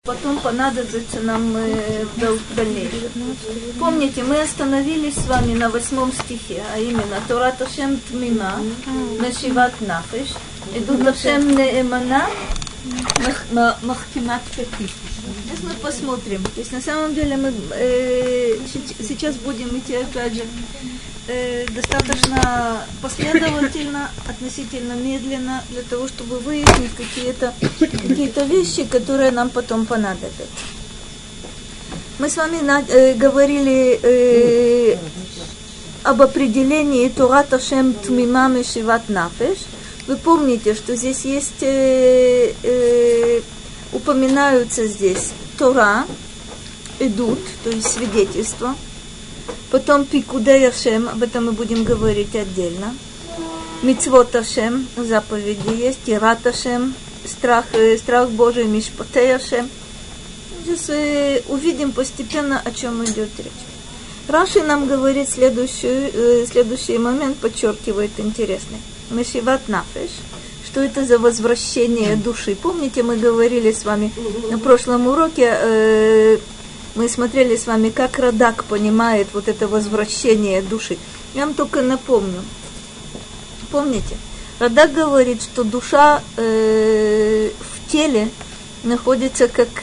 потом понадобится нам в дальнейшем. Помните, мы остановились с вами на 8 стихе, а именно Торат Ашем Тмима, Мешиват Нафеш, Идут Ашем Неэмана, Махкимат Фетиш. Сейчас мы посмотрим. То есть на самом деле мы сейчас будем идти опять же достаточно последовательно, относительно медленно, для того, чтобы выяснить какие-то вещи, которые нам потом понадобятся. Мы с вами говорили об определении Торат Ашем Тмима Мешиват Нафеш. Вы помните, что здесь есть, упоминаются здесь Тора, Эдут, то есть свидетельство. Потом Пикудей Ашем, об этом мы будем говорить отдельно. Мицвот Ашем, заповеди есть. Ират Ашем, страх Божий, Мишпатей Ашем. Сейчас увидим постепенно, о чем идет речь. Раши нам говорит следующий момент, подчеркивает интересный. Мешиват Нафеш. Что это за возвращение души? Помните, мы говорили с вами на прошлом уроке, мы смотрели с вами, как Радак понимает вот это возвращение души. Я вам только напомню. Помните? Радак говорит, что душа в теле находится как?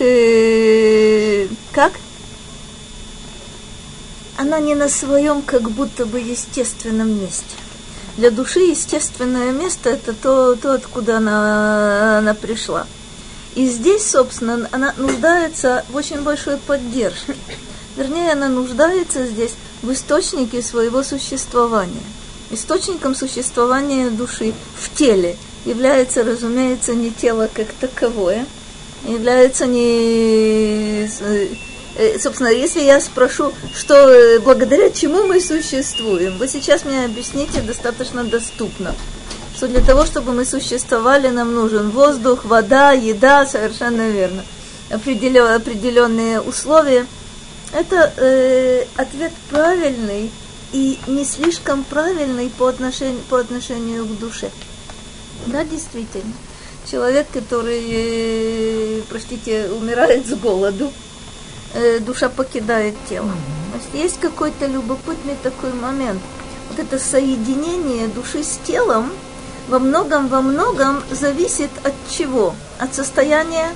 Она не на своем как будто бы естественном месте. Для души естественное место – это то, откуда она пришла. И здесь, собственно, она нуждается в очень большой поддержке. Вернее, она нуждается здесь в источнике своего существования. Источником существования души в теле является, разумеется, не тело как таковое, является не... Собственно, если я спрошу, что благодаря чему мы существуем, вы сейчас мне объясните достаточно доступно, что для того, чтобы мы существовали, нам нужен воздух, вода, еда, совершенно верно, определенные условия. Это ответ правильный и не слишком правильный по отношению к душе. Да, действительно. Человек, который, умирает с голоду, душа покидает тело. То есть какой-то любопытный такой момент. Вот это соединение души с телом во многом зависит от чего? От состояния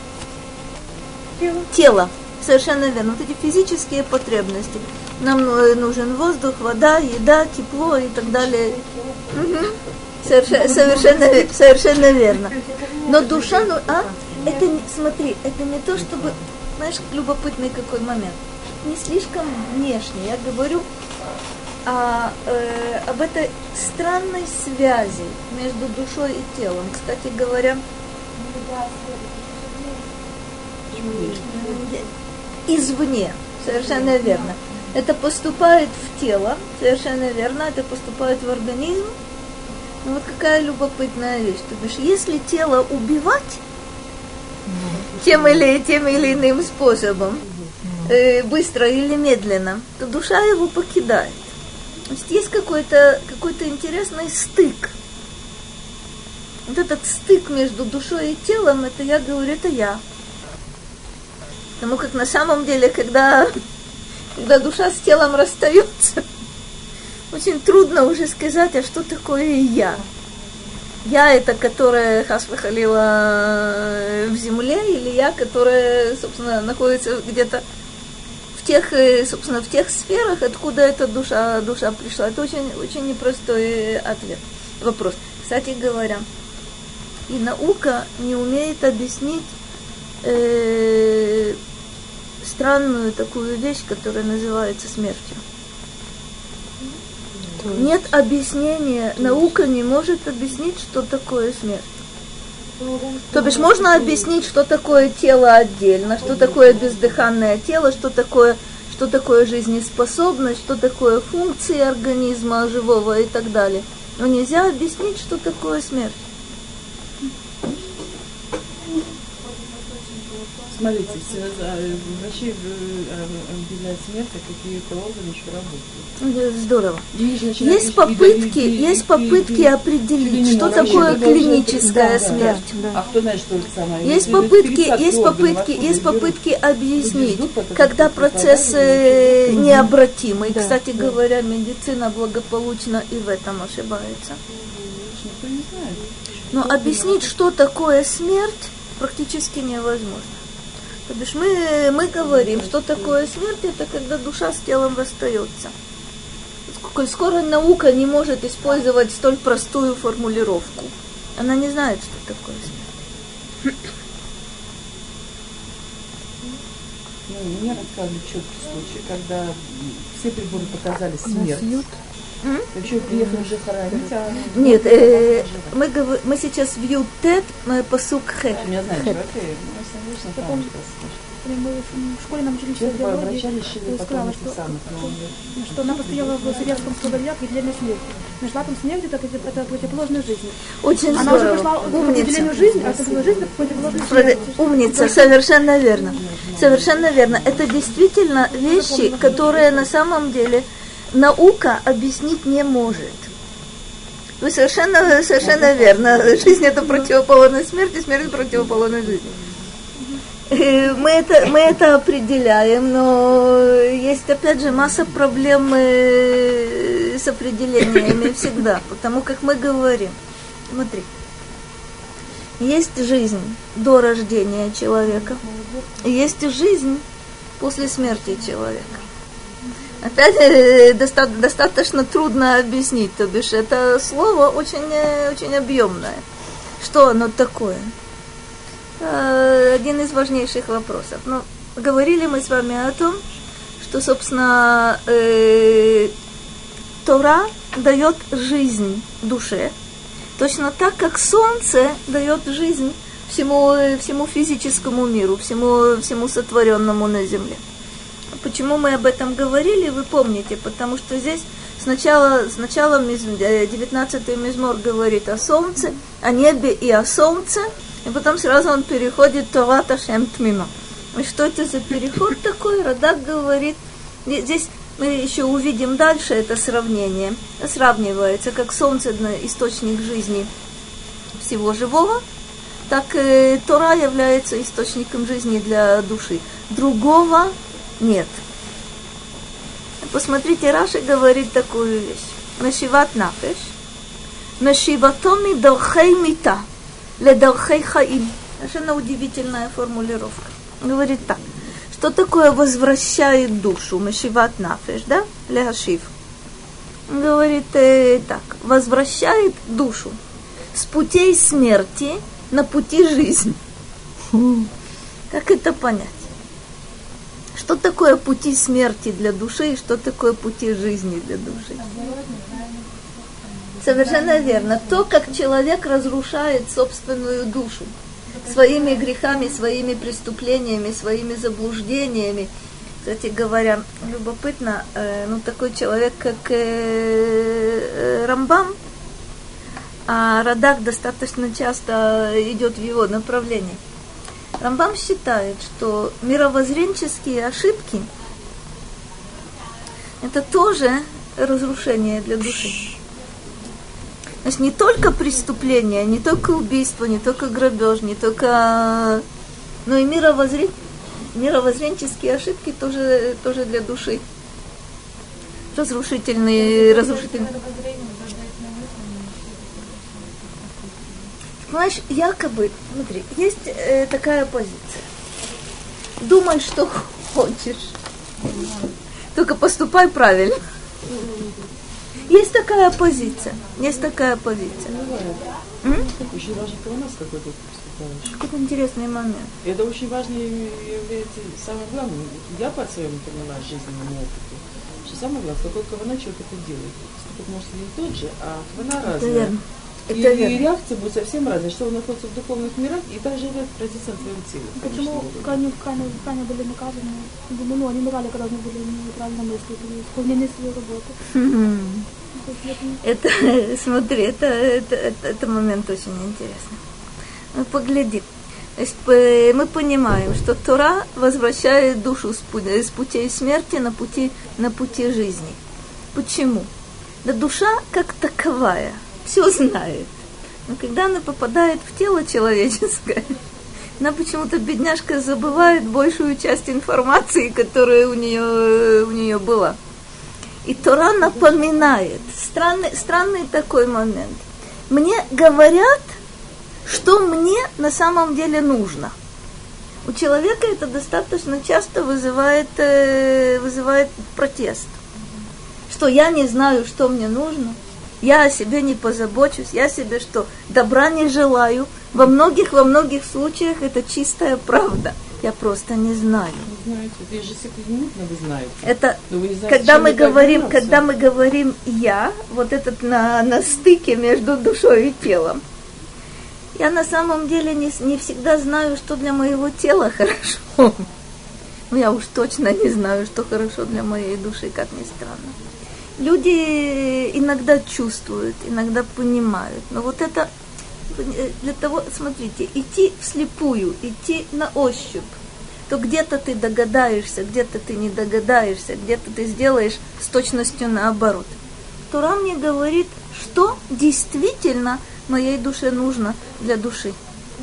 тела. Совершенно верно. Вот эти физические потребности. Нам нужен воздух, вода, еда, тепло и так далее. Угу. Совершенно верно. Но душа, это не то, чтобы... Знаешь, любопытный какой момент. Не слишком внешне. Я говорю об этой странной связи между душой и телом. Кстати говоря, извне. Совершенно верно. Это поступает в тело. Совершенно верно. Это поступает в организм. Но вот какая любопытная вещь. То бишь, если тело убивать тем или иным способом, быстро или медленно, то душа его покидает. То есть какой-то интересный стык. Вот этот стык между душой и телом, это я говорю, это я. Потому как на самом деле, когда душа с телом расстается, очень трудно уже сказать, а что такое я. Я это, которая хас-вахалила в земле, или я, которая, собственно, находится где-то в тех сферах, откуда эта душа пришла. Это очень, очень непростой вопрос. Кстати говоря, и наука не умеет объяснить странную такую вещь, которая называется смертью. Нет объяснения, наука не может объяснить, что такое смерть. То бишь можно объяснить, что такое тело отдельно, что такое бездыханное тело, что такое жизнеспособность, что такое функции организма живого и так далее. Но нельзя объяснить, что такое смерть. смотрите, врачи объявляют смерть, а какие-то органы еще работают. Здорово. Есть попытки определить, что такое клиническая смерть. А кто знает, что это самое? Есть попытки объяснить, когда процесс необратимый. Кстати говоря, медицина благополучно и в этом ошибается. Никто не знает. Но объяснить, что такое смерть, практически невозможно. То бишь мы говорим, что такое смерть, это когда душа с телом расстается. Коль скоро наука не может использовать столь простую формулировку, она не знает, что такое смерть. Мне рассказывали четкий случай, когда все приборы показали смерть. Вообще приехали уже хоронить, а... Нет, мы сейчас в Ютет, посук Хет. Я знаю, что это, мы в школе нам учили читать биологию, и сказала, что она постояла в советском словаре определение смерти. Нашла там смерть, это противоположная жизни. Очень она здорово. Уже пришла к определению жизни, а жизнь это противоположная смерти. Умница, совершенно верно. Совершенно верно. Это действительно вещи, которые на самом деле наука объяснить не может. Вы совершенно верно. Жизнь это противоположность смерти, смерть противоположность жизни. Мы это определяем, но есть опять же масса проблем с определениями всегда, потому как мы говорим. Смотри, есть жизнь до рождения человека, есть жизнь после смерти человека. Опять достаточно трудно объяснить, то бишь это слово очень объемное. Что оно такое? Один из важнейших вопросов. Но говорили мы с вами о том, что, собственно, Тора дает жизнь душе, точно так, как солнце дает жизнь всему физическому миру, всему сотворенному на земле. Почему мы об этом говорили, вы помните, потому что здесь сначала 19-й мизмор говорит о солнце, о небе и о солнце, и потом сразу он переходит Торат Ашем Тмима. И что это за переход такой? Радак говорит, здесь мы еще увидим дальше это сравнение. Сравнивается, как солнце источник жизни всего живого, так и Тора является источником жизни для души. Другого нет. Посмотрите, Раши говорит такую вещь. Нашиват нафеш, нашиватоми дархей мита, ледархей хаим. Совершенно удивительная формулировка. Говорит так. Что такое возвращает душу? Нашиват нафеш, да? Лехашив. Говорит так. Возвращает душу с путей смерти на пути жизни. Как это понять? Что такое пути смерти для души и что такое пути жизни для души? Совершенно верно. То, как человек разрушает собственную душу своими грехами, своими преступлениями, своими заблуждениями. Кстати говоря, любопытно, такой человек, как Рамбам, а Радак достаточно часто идет в его направлении. Рамбам считает, что мировоззренческие ошибки – это тоже разрушение для души. Значит, не только преступления, не только убийство, не только грабеж, не только… но и мировоззренческие ошибки тоже для души. Разрушительные. Понимаешь, якобы, смотри, есть такая позиция. Думай, что хочешь. Только поступай правильно. Есть такая позиция. Очень важно, кто у нас какой-то поступающий. Какой-то интересный момент. Это очень важно является самое главное. Я по своему понимаю жизненному опыту, что самое главное, какой кавана человек это делает. Поступок может быть тот же, а кавана разная. И реакция будет совсем разная, что он находится в духовных мирах и также отразится на твоем теле. Почему Кане были наказаны? Думаю, они умирали, когда они были неправильно мысли, исполнили свою работу. Это, смотри, это момент очень интересный. Ну, погляди. То есть мы понимаем, что Тора возвращает душу с путей смерти на пути жизни. Почему? Да душа как таковая все знает. Но когда она попадает в тело человеческое, она почему-то, бедняжка, забывает большую часть информации, которая у нее была. И Тора напоминает. Странный такой момент. Мне говорят, что мне на самом деле нужно. У человека это достаточно часто вызывает протест. Что я не знаю, что мне нужно, я о себе не позабочусь, я себе что, добра не желаю. Во многих случаях это чистая правда. Я просто не знаю. Вы знаете, это ежесекундно вы знаете. Это, вы не знаете, когда мы говорим «я», вот этот на стыке между душой и телом, я на самом деле не всегда знаю, что для моего тела хорошо. Но я уж точно не знаю, что хорошо для моей души, как ни странно. Люди иногда чувствуют, иногда понимают. Но вот это для того, смотрите, идти вслепую, идти на ощупь, то где-то ты догадаешься, где-то ты не догадаешься, где-то ты сделаешь с точностью наоборот. Тора мне говорит, что действительно моей душе нужно для души.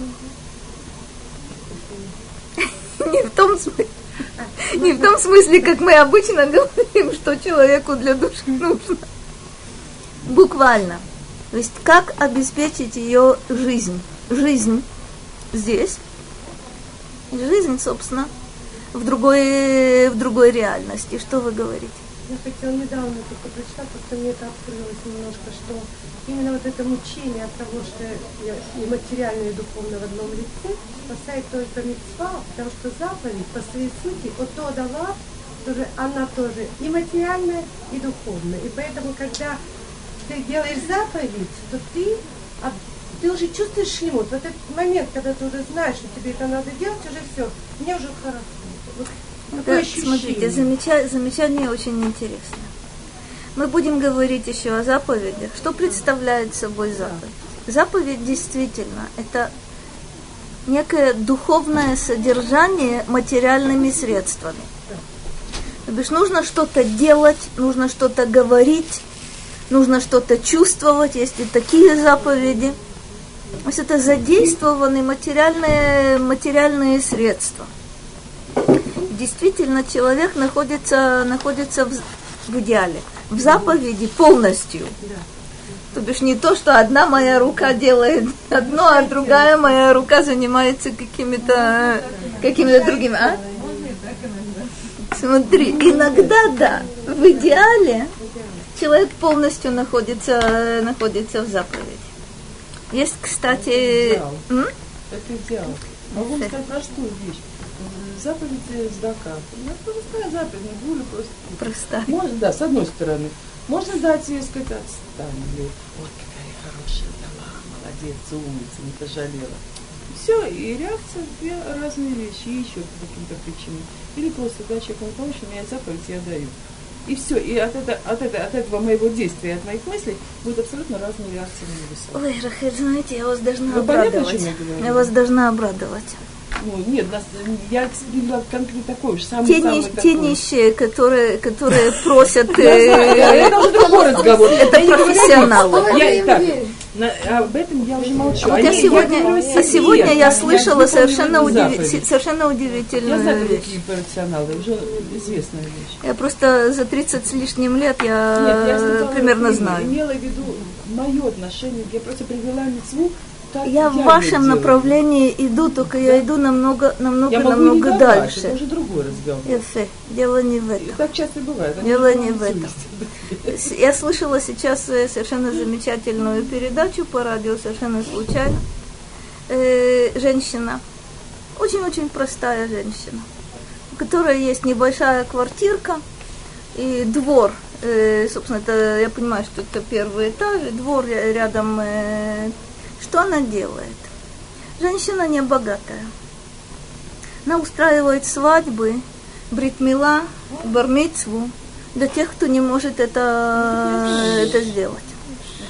Не в том смысле, как мы обычно говорим, что человеку для души нужно. Буквально. То есть, как обеспечить ее жизнь. Жизнь здесь. И жизнь, собственно, в другой реальности. Что вы говорите? Я хотела недавно только прочитать, просто мне это открылось немножко, что именно вот это мучение от того, что и материально, и духовно в одном лице, спасает только мицва, потому что заповедь по своей сути от дала, тоже она тоже и материальная, и духовная. И поэтому, когда ты делаешь заповедь, то ты уже чувствуешь шлемут. Вот этот момент, когда ты уже знаешь, что тебе это надо делать, уже все, мне уже хорошо. Да, смотрите, замечание очень интересное. Мы будем говорить еще о заповедях. Что представляет собой заповедь? Заповедь действительно это некое духовное содержание материальными средствами. То бишь нужно что-то делать, нужно что-то говорить, нужно что-то чувствовать, есть и такие заповеди. То есть это задействованы материальные средства. Действительно, человек находится в идеале, в заповеди полностью. То бишь не то, что одна моя рука делает одно, а другая моя рука занимается какими-то другими. А? Смотри, иногда да, в идеале человек полностью находится в заповеди. Есть, кстати... Это идеал. Могу вам сказать простую вещь. Заповедь Сдака. Простая заповедь, не более просто. Простая. Можно, да, с одной стороны. Можно дать ей сказать, отстань, или вот какая хорошая дала, молодец, умница, не пожалела. Все, и реакция две разные вещи, и еще по каким-то причинам. Или просто дай человеку помощь, у меня заповедь, я даю. И все, и от этого моего действия, от моих мыслей будут абсолютно разные реакции на небеса. Ой, Рахель, знаете, я вас должна обрадовать. Понятно, о чем я говорю? Я вас должна обрадовать. Ну, нет, я привела конкретно такой же, самый такой. Те нищие, которые просят... Это уже другой разговор. Это профессионалы. Об этом я уже молчу. Сегодня я слышала совершенно удивительную вещь. Я знаю, какие профессионалы, уже известная вещь. Я просто за 30 с лишним лет я примерно знаю. Я имела в виду мое отношение, я просто привела мицву. Я в вашем направлении иду, только я иду намного дальше. Это уже другой разговор. Дело не в этом. И так часто бывает. Дело не в этом. Я слышала сейчас совершенно замечательную передачу по радио, совершенно случайно. Женщина, очень-очень простая женщина, у которой есть небольшая квартирка и двор. Собственно, это, я понимаю, что это первый этаж, и двор рядом. Что она делает? Женщина не богатая. Она устраивает свадьбы, брит-мила, бар-мицву для тех, кто не может это сделать.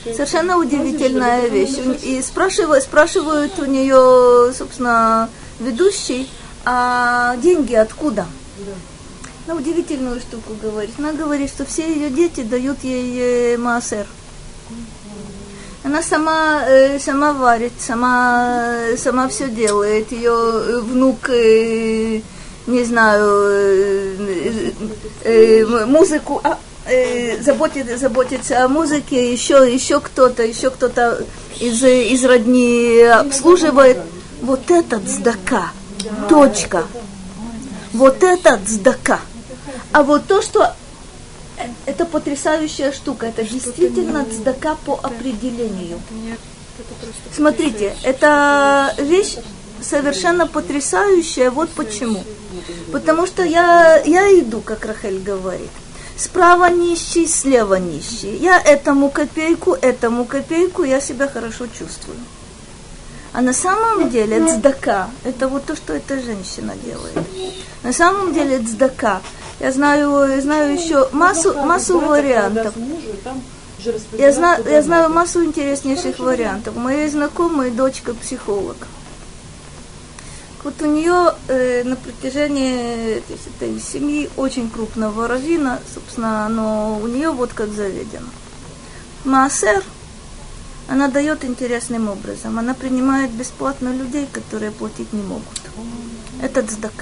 Совершенно удивительная вещь. И спрашивают у нее, собственно, ведущий, а деньги откуда? Она удивительную штуку говорит. Она говорит, что все ее дети дают ей маасер. Она сама варит, сама все делает. Ее внук, не знаю, музыку, заботится о музыке, еще кто-то из родни обслуживает. Вот этот цдака, точка. Вот этот цдака. А вот то, что это потрясающая штука, это действительно цдака по определению. Смотрите, это вещь совершенно потрясающая. Вот почему. Потому что я иду, как Рахель говорит. Справа нищий, слева нищий. Я этому копейку, я себя хорошо чувствую. А на самом деле цдака, это вот то, что эта женщина делает. На самом деле цдака, я знаю еще массу вариантов. Я знаю массу интереснейших вариантов. У моей знакомой дочка психолог. Вот у нее на протяжении этой семьи очень крупного раввина, собственно, но у нее вот как заведено. Маасер она дает интересным образом. Она принимает бесплатно людей, которые платить не могут. Это цдака.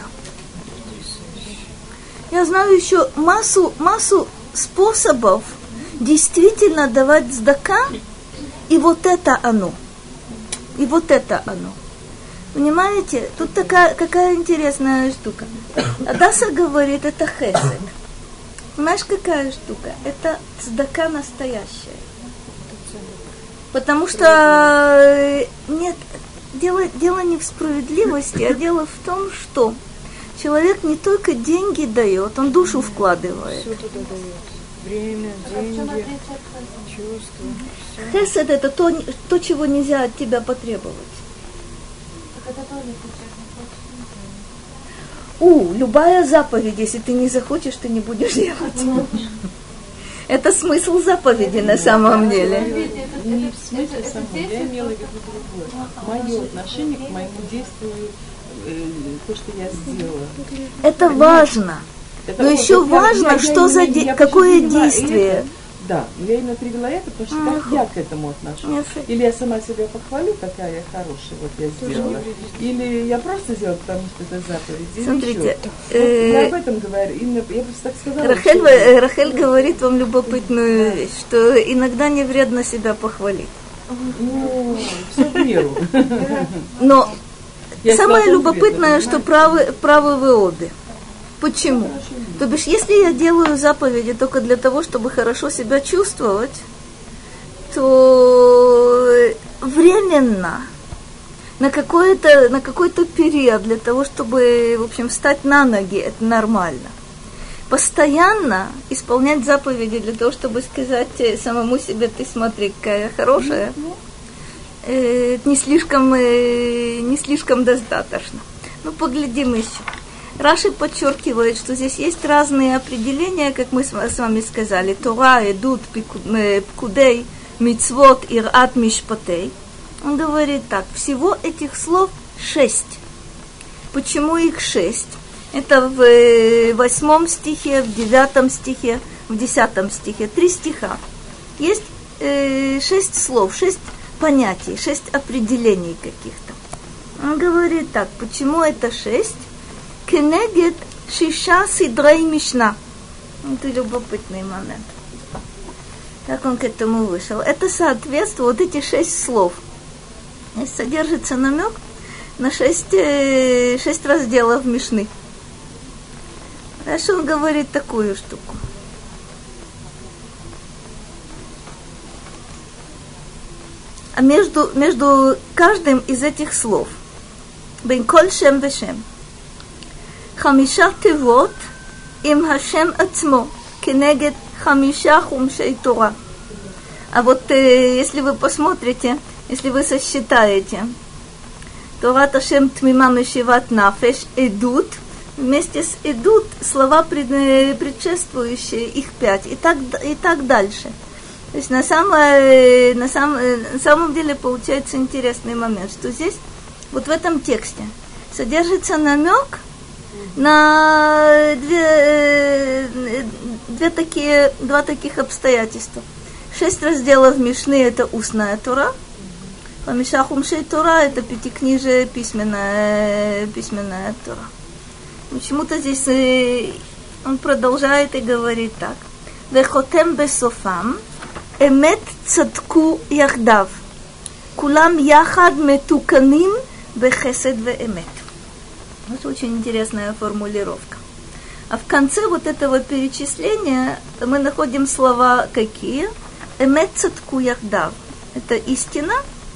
Я знаю еще массу способов действительно давать цдака, и вот это оно. Понимаете? Тут какая интересная штука. Адаса говорит, это хесед. Знаешь, какая штука? Это цдака настоящая. Потому что нет, дело не в справедливости, а дело в том, что человек не только деньги дает, он душу вкладывает. Все туда дает. Время, деньги, чувства. Хесед это то, чего нельзя от тебя потребовать. Любая заповедь, если ты не захочешь, ты не будешь делать. Это смысл заповеди на самом деле. Не в смысле самого, я имела в виду другое. Мое отношение к моему действию, то, что я сделала. Это важно. Но еще важно, какое действие. Да, я именно привела это, потому что как я к этому отношусь. Или я сама себя похвалю, какая я хорошая, вот я сделала. Или я просто сделала, потому что это заповедь. Смотрите, я об этом говорю. Именно, я просто так сказала. Рахель говорит вам любопытную вещь, что иногда не вредно себя похвалить. Ну, все в меру. Но самое любопытное, что правы вы обе. Почему? То бишь, если я делаю заповеди только для того, чтобы хорошо себя чувствовать, то временно, на какой-то период, для того, чтобы, в общем, встать на ноги, это нормально. Постоянно исполнять заповеди для того, чтобы сказать самому себе, ты смотри, какая я хорошая, не слишком достаточно. Ну, поглядим еще. Раши подчеркивает, что здесь есть разные определения, как мы с вами сказали. Тора, Эдут, Пкудей, Мицвот, Ират, Мишпатей. Он говорит так, всего этих слов 6. Почему их 6? Это в 8 стихе, в 9 стихе, в 10 стихе. 3 стиха. Есть 6 слов, 6 понятий, 6 определений каких-то. Он говорит так, почему это 6? Кенегет шиша сидрей мишна. Это любопытный момент. Как он к этому вышел? Это соответствует, вот эти 6 слов. Здесь содержится намек на 6 разделов Мишны. Дальше он говорит такую штуку. А между каждым из этих слов бен коль шем вешем חמישה תיבות עם השם עצמו, כנגד 5 חומשי תורה. А вот если вы посмотрите, если вы сосчитаете, Торат Ашем Тмима Мешиват Нафеш, Эдут, вместе с Эдут слова предшествующие, их 5, и так дальше. То есть на самом деле получается интересный момент, что здесь, вот в этом тексте, содержится намек на два таких обстоятельства. 6 разделов Мишны – это устная Тора, Хамиша Хумшей Тора – это пятикнижие письменная Тора. Почему-то здесь он продолжает и говорит так. Вехотем бесофам эмет цадку яхдав. Кулам яхад метуканим бехесед веэмет. Вот очень интересная формулировка. А в конце вот этого перечисления мы находим слова какие? Эмет цадку яхдав. Это истина.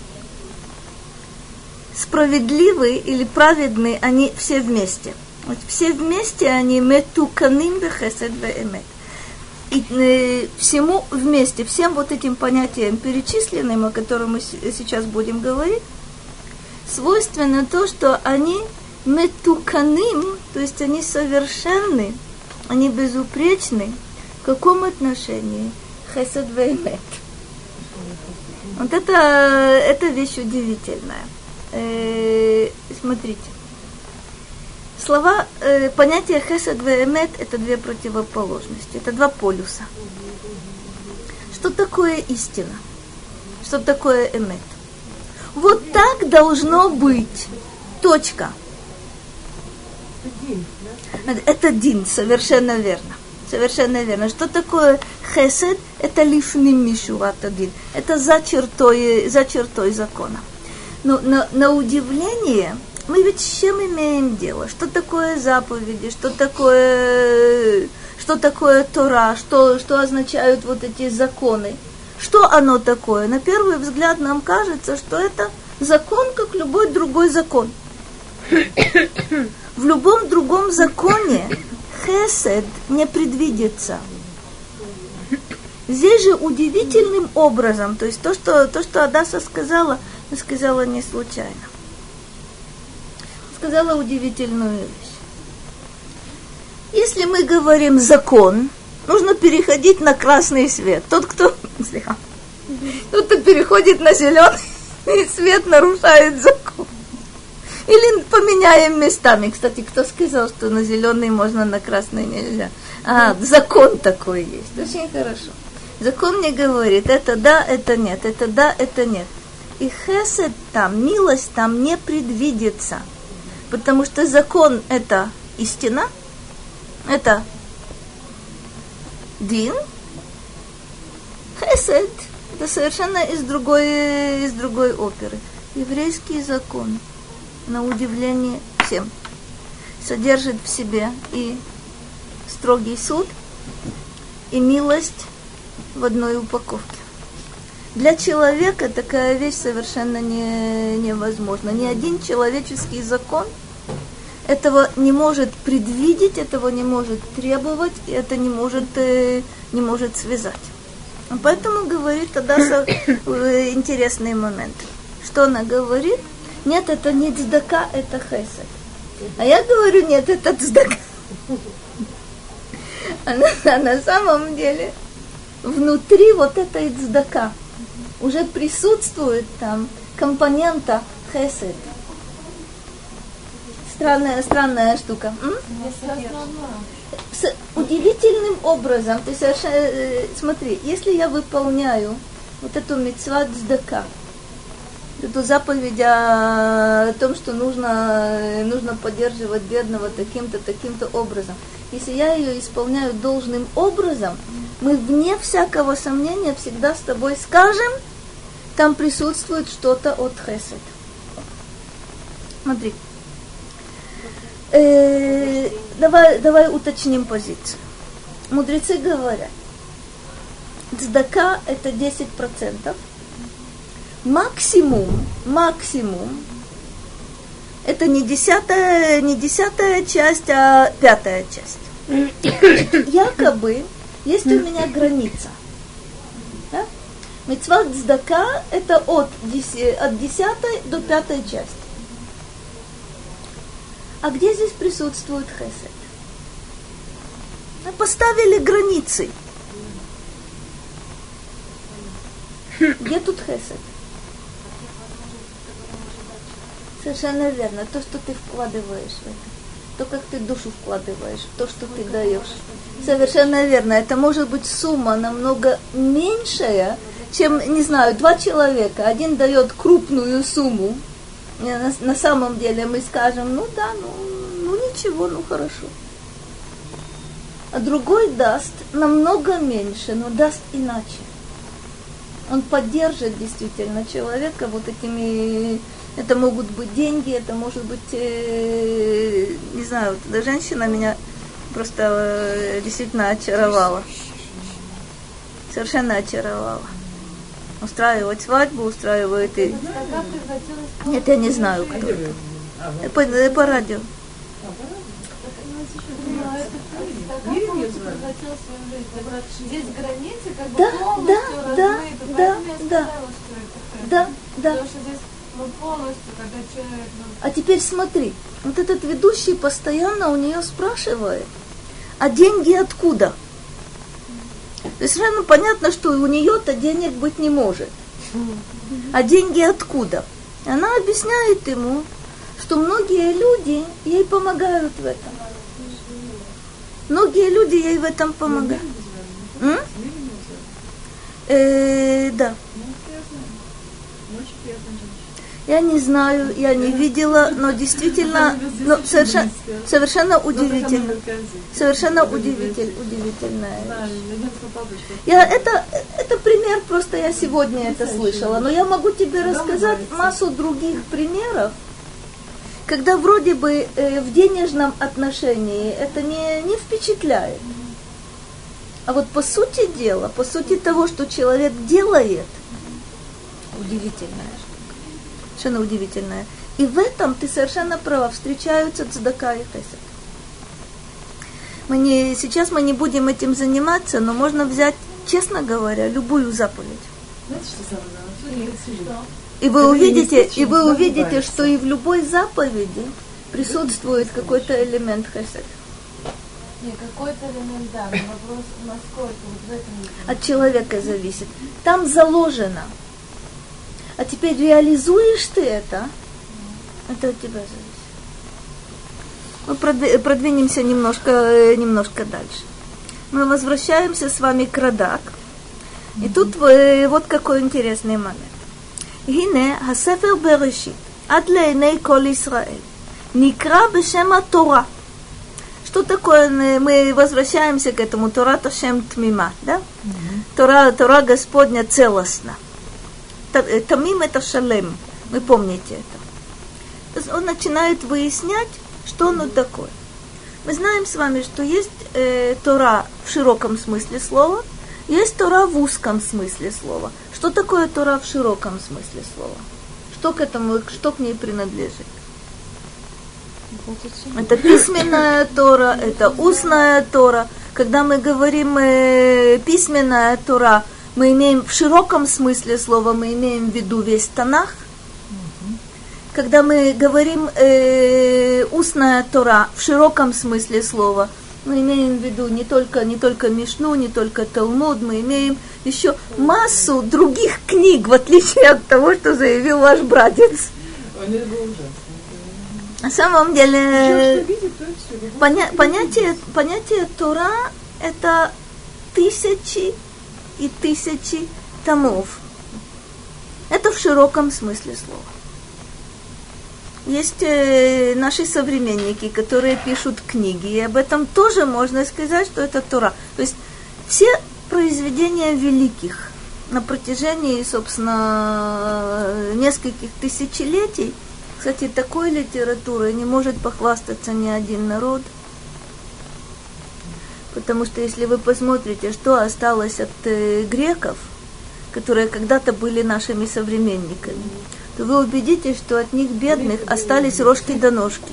Справедливые или праведные, они все вместе. Вот все вместе они метуканим бехесед веэмет. И всему вместе, всем вот этим понятиям перечисленным, о котором мы сейчас будем говорить, свойственно то, что они метуканим, то есть они совершенны, они безупречны. В каком отношении? Хесед веэмет. Вот это вещь удивительная. Смотрите. Слова, понятие хесед веэмет – это две противоположности, это два полюса. Что такое истина? Что такое эмет? Вот так должно быть. Точка. Это дин, совершенно верно. Совершенно верно. Что такое хесед? Это лифним мишурат адин. Это за чертой закона. Но на удивление, мы ведь с чем имеем дело? Что такое заповеди? Что такое Тора? Что означают вот эти законы? Что оно такое? На первый взгляд нам кажется, что это закон, как любой другой закон. В любом другом законе хесед не предвидится. Здесь же удивительным образом, то есть то, что Адаса сказала не случайно. Сказала удивительную вещь. Если мы говорим закон, нужно переходить на красный свет. Тот, кто переходит на зеленый свет, нарушает закон. Или поменяем местами. Кстати, кто сказал, что на зеленый можно, на красный нельзя? Закон такой есть. Очень хорошо. Закон не говорит, это да, это нет, это да, это нет. И хесед там, милость там не предвидится. Потому что закон – это истина, это дин, хесед – это совершенно из другой оперы. Еврейский закон, на удивление всем, содержит в себе и строгий суд, и милость в одной упаковке. Для человека такая вещь совершенно невозможна. Ни один человеческий закон этого не может предвидеть, этого не может требовать, и это не может связать. Поэтому говорит Адаса интересный момент. Что она говорит? Нет, это не цдака, это хесед. А я говорю, нет, это цдака. А на самом деле внутри вот этой цдака уже присутствует там компонента хесед. Странная штука. С удивительным образом, ты совершенно, смотри, если я выполняю вот эту мицват цдака, эту заповедь о том, что нужно поддерживать бедного таким-то образом, если я ее исполняю должным образом, мы вне всякого сомнения всегда с тобой скажем, там присутствует что-то от хесед. Смотри. Давай уточним позицию. Мудрецы говорят, цдака это 10%. Максимум, это не десятая часть, а 5-я часть. Якобы есть у меня граница. Да? Мицват цдака это от 10 до 5-й части. А где здесь присутствует хесед? Поставили границы. Где тут хесед? Совершенно верно. То, что ты вкладываешь в это. То, как ты душу вкладываешь, то, что ты даешь. Совершенно верно. Это может быть сумма намного меньшая, чем, не знаю, 2 человека. Один дает крупную сумму. На самом деле мы скажем, ну да, ну ничего, ну хорошо. А другой даст намного меньше, но даст иначе. Он поддержит действительно человека вот этими... Это могут быть деньги, это может быть, не знаю, вот эта женщина меня просто действительно очаровала. Совершенно очаровала. Устраивать свадьбу, устраивает и... Нет, я не знаю, кто это. По радио. Здесь границы, как бы да, полностью да. Потому что здесь полностью, когда человек... А теперь смотри, вот этот ведущий постоянно у нее спрашивает, а деньги откуда? То есть сразу понятно, что у нее-то денег быть не может. А деньги откуда? Она объясняет ему, что многие люди ей помогают в этом. Многие люди ей в этом помогают. Да. Я не знаю, я не видела, но действительно, совершенно удивительно. Совершенно удивительная вещь. Это пример, просто я сегодня это слышала, но я могу тебе рассказать массу других примеров, когда вроде бы в денежном отношении это не впечатляет. А вот по сути дела, по сути того, что человек делает, удивительная штука. Совершенно удивительная. И в этом ты совершенно права, встречаются цдака и хесед. Сейчас мы не будем этим заниматься, но можно взять, честно говоря, любую заповедь. Знаете, что самое главное? И вы увидите, что и в любой заповеди присутствует какой-то элемент хесед. Нет, какой-то элемент, да, но вопрос, насколько вот в этом... От человека зависит. Там заложено. А теперь реализуешь ты это от тебя зависит. Мы продвинемся немножко дальше. Мы возвращаемся с вами к Радак. И тут вот какой интересный момент. Гине הספר בראשית, עד לעיני כל ישראל, נקרא בשם התורה. Что такое, мы возвращаемся к этому, Тора Ташем Тмима, да? Тора Господня целостна. Тамим это шалем, вы помните это. То есть он начинает выяснять, что оно такое. Мы знаем с вами, что есть Тора в широком смысле слова, есть Тора в узком смысле слова. Что такое Тора в широком смысле слова? Что к ней принадлежит? Это письменная Тора, это устная Тора. Когда мы говорим письменная Тора, мы имеем в широком смысле слова, мы имеем в виду весь Танах. Когда мы говорим устная Тора в широком смысле слова, мы имеем в виду не только Мишну, не только Талмуд, мы имеем еще массу других книг, в отличие от того, что заявил ваш братец. На самом деле, понятие Тора – это тысячи и тысячи томов. Это в широком смысле слова. Есть наши современники, которые пишут книги, и об этом тоже можно сказать, что это Тора. То есть все произведения великих на протяжении, собственно, нескольких тысячелетий. Кстати, такой литературой не может похвастаться ни один народ. Потому что если вы посмотрите, что осталось от греков, которые когда-то были нашими современниками, то вы убедитесь, что от них, бедных, остались рожки до ножки.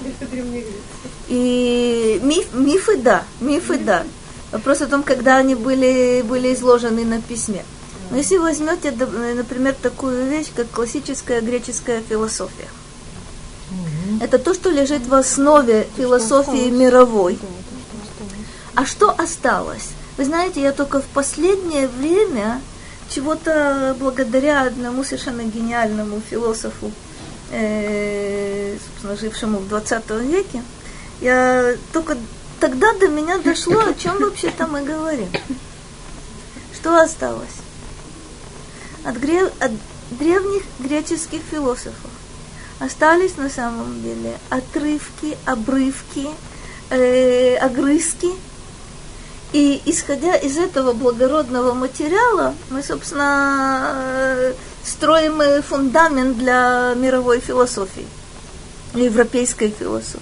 И мифы да. Вопрос о том, когда они были изложены на письме. Но если возьмете, например, такую вещь, как классическая греческая философия, это то, что лежит в основе философии мировой. А что осталось? Вы знаете, я только в последнее время чего-то благодаря одному совершенно гениальному философу, собственно, жившему в 20 веке, я только тогда до меня дошло, о чем вообще-то мы говорим. Что осталось? От древних греческих философов остались на самом деле отрывки, обрывки, огрызки. И исходя из этого благородного материала, мы, собственно, строим фундамент для мировой философии, европейской философии.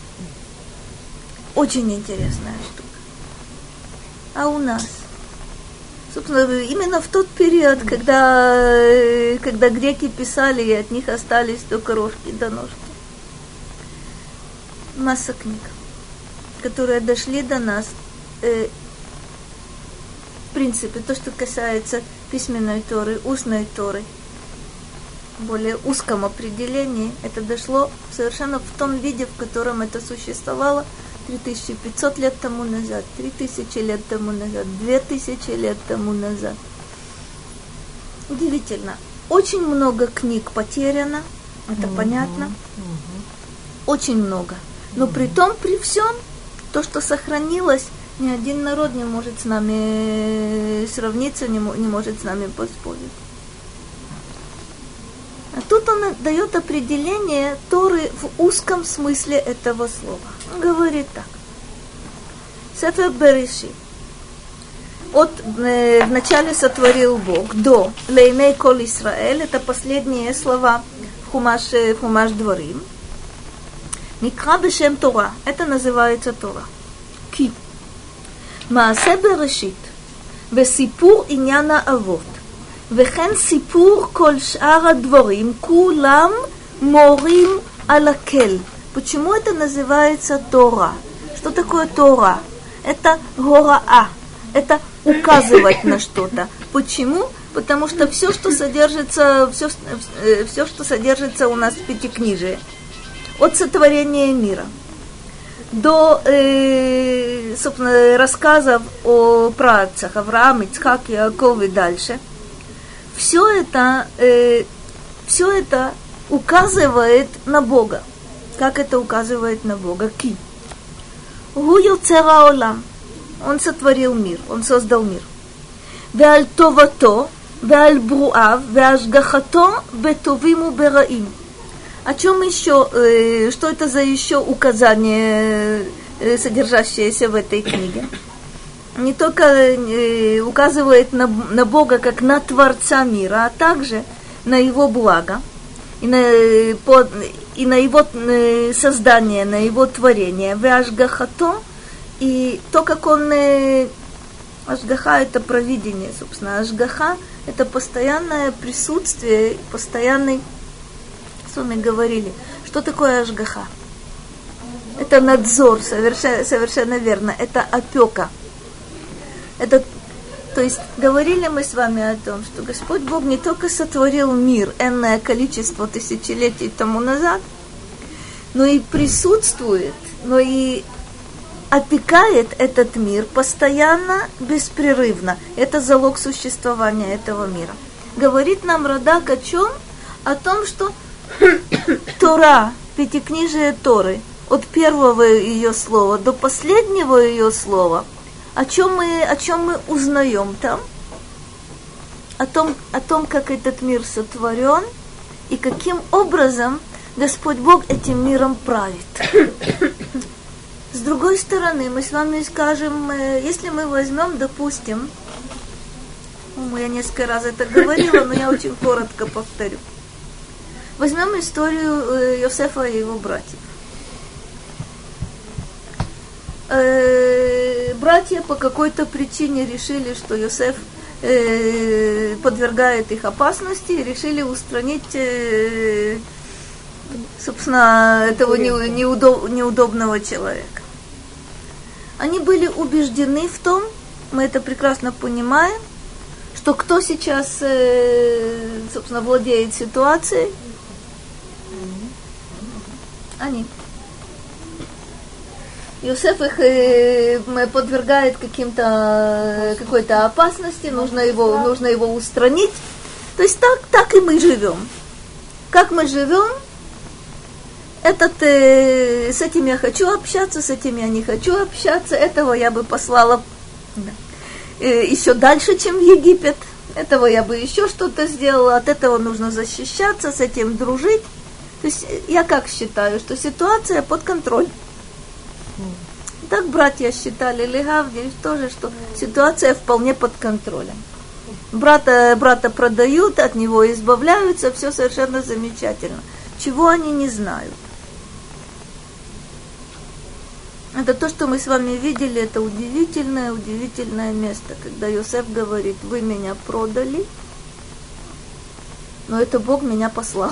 Очень интересная штука. А у нас? Собственно, именно в тот период, когда греки писали, и от них остались только рожки до ножки. Масса книг, которые дошли до нас. В принципе, то, что касается письменной Торы, устной Торы, в более узком определении, это дошло совершенно в том виде, в котором это существовало 3500 лет тому назад, 3000 лет тому назад, 2000 лет тому назад. Удивительно. Очень много книг потеряно, это понятно. Очень много. Но при том, при всем, то, что сохранилось, ни один народ не может с нами сравниться, не может с нами поспорить. А тут он дает определение Торы в узком смысле этого слова. Он говорит так. Сефер Берешит. Вначале сотворил Бог, до Лейней Кол Исраэль, это последние слова в Хумаш Дворим. Никра бешем Тора, это называется Тора. Ки. Маасе Берешит, весипур иньяна авот, וכן סיפור כל שאר הדברים, כולם מורים על הקל. Почему это называется Тора? Что такое Тора? Это гораа, это указывать на что-то. Почему? Потому что все, что содержится у нас в Пятикнижии, от сотворения мира до, собственно, рассказов о праотцах Авраам, Ицхак, Иаков и дальше, все это указывает на Бога. Как это указывает на Бога? Ки. Гу йоцер олам. Он сотворил мир, он создал мир. Веаль товато, веаль бруав, веашгахато, бетовим убераим. О чем еще, что это за еще указание, содержащееся в этой книге? Не только указывает на Бога как на Творца мира, а также на Его благо и на Его создание, на Его творение. Веашгахато, и то, как он... Ашгаха – это провидение, собственно. Ашгаха – это постоянное присутствие, постоянный... С вами говорили, что такое ашгаха? Это надзор, совершенно верно. Это опека. Это, то есть, говорили мы с вами о том, что Господь Бог не только сотворил мир энное количество тысячелетий тому назад, но и присутствует, но и опекает этот мир постоянно, беспрерывно. Это залог существования этого мира. Говорит нам Радак о чем? О том, что Тора, пятикнижие Торы, от первого ее слова до последнего ее слова, о чем мы узнаем там? О том, как этот мир сотворен и каким образом Господь Бог этим миром правит. С другой стороны, мы с вами скажем, если мы возьмем, допустим, я несколько раз это говорила, но я очень коротко повторю. Возьмем историю Йосефа и его братьев. Братья по какой-то причине решили, что Йосеф подвергает их опасности, и решили устранить, собственно, этого неудобного человека. Они были убеждены в том, мы это прекрасно понимаем, что кто сейчас, собственно, владеет ситуацией? Они. Йосеф их подвергает какой-то опасности, нужно его устранить. То есть так и мы живем. Как мы живем, с этим я хочу общаться, с этим я не хочу общаться, этого я бы послала еще дальше, чем в Египет, этого я бы еще что-то сделала, от этого нужно защищаться, с этим дружить. То есть я как считаю, что ситуация под контролем. Так братья считали, Легавдин тоже, что ситуация вполне под контролем. Брата продают, от него избавляются, все совершенно замечательно. Чего они не знают? Это то, что мы с вами видели, это удивительное место, когда Йосеф говорит: вы меня продали, но это Бог меня послал.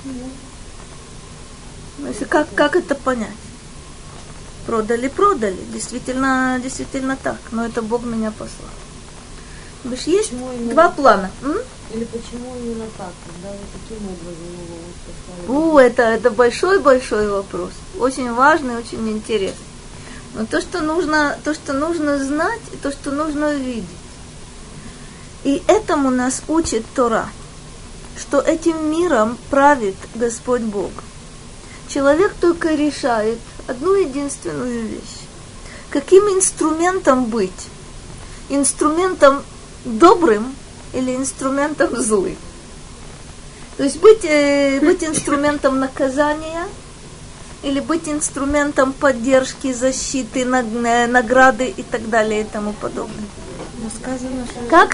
Как это понять? Продали, действительно так, но это Бог меня послал. Видишь, есть два плана. Или почему именно так? Когда вы таким образом его послали? Это большой вопрос. Очень важный, очень интересный. Но то, что нужно знать, и то, что нужно видеть. И этому нас учит Тора, что этим миром правит Господь Бог. Человек только решает одну единственную вещь. Каким инструментом быть? Инструментом добрым или инструментом злым? То есть быть инструментом наказания или быть инструментом поддержки, защиты, награды и так далее и тому подобное. Как?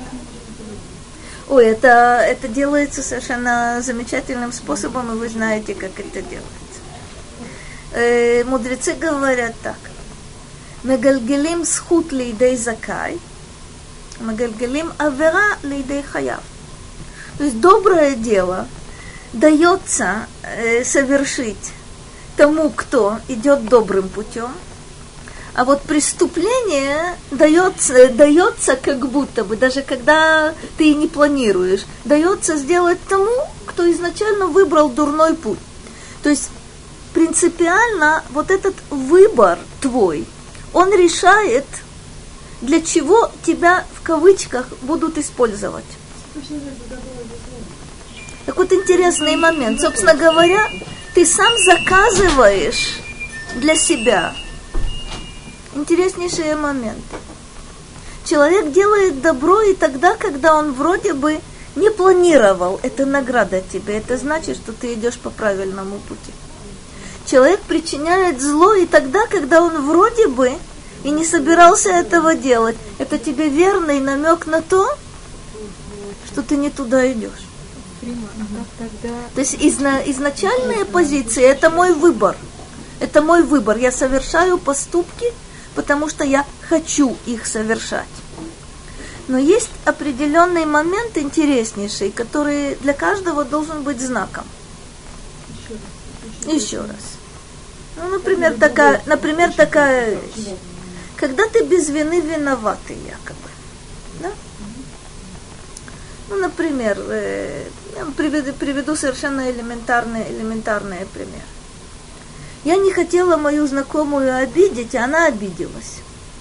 Это делается совершенно замечательным способом, и вы знаете, как это делается. Мудрецы говорят так: мегальгелим схут лейдей закай, мегальгелим авера лейдей хаяв. То есть доброе дело дается совершить тому, кто идет добрым путем, а вот преступление дается как будто бы, даже когда ты и не планируешь, дается сделать тому, кто изначально выбрал дурной путь. То есть принципиально вот этот выбор твой, он решает, для чего тебя в кавычках будут использовать. Так вот интересный момент. Собственно говоря, ты сам заказываешь для себя интереснейшие моменты. Человек делает добро и тогда, когда он вроде бы не планировал. Это награда тебе. Это значит, что ты идешь по правильному пути. Человек причиняет зло и тогда, когда он вроде бы и не собирался этого делать. Это тебе верный намек на то, что ты не туда идешь. То есть изначальная позиция – это мой выбор. Это мой выбор. Я совершаю поступки, потому что я хочу их совершать. Но есть определенный момент интереснейший, который для каждого должен быть знаком. Еще раз. Например, такая вещь. Когда ты без вины виноватый, якобы. Да? Например, я приведу совершенно элементарный пример. Я не хотела мою знакомую обидеть, а она обиделась.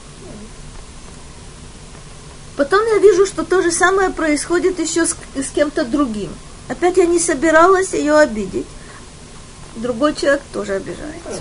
Потом я вижу, что то же самое происходит еще с кем-то другим. Опять я не собиралась ее обидеть. Другой человек тоже обижается.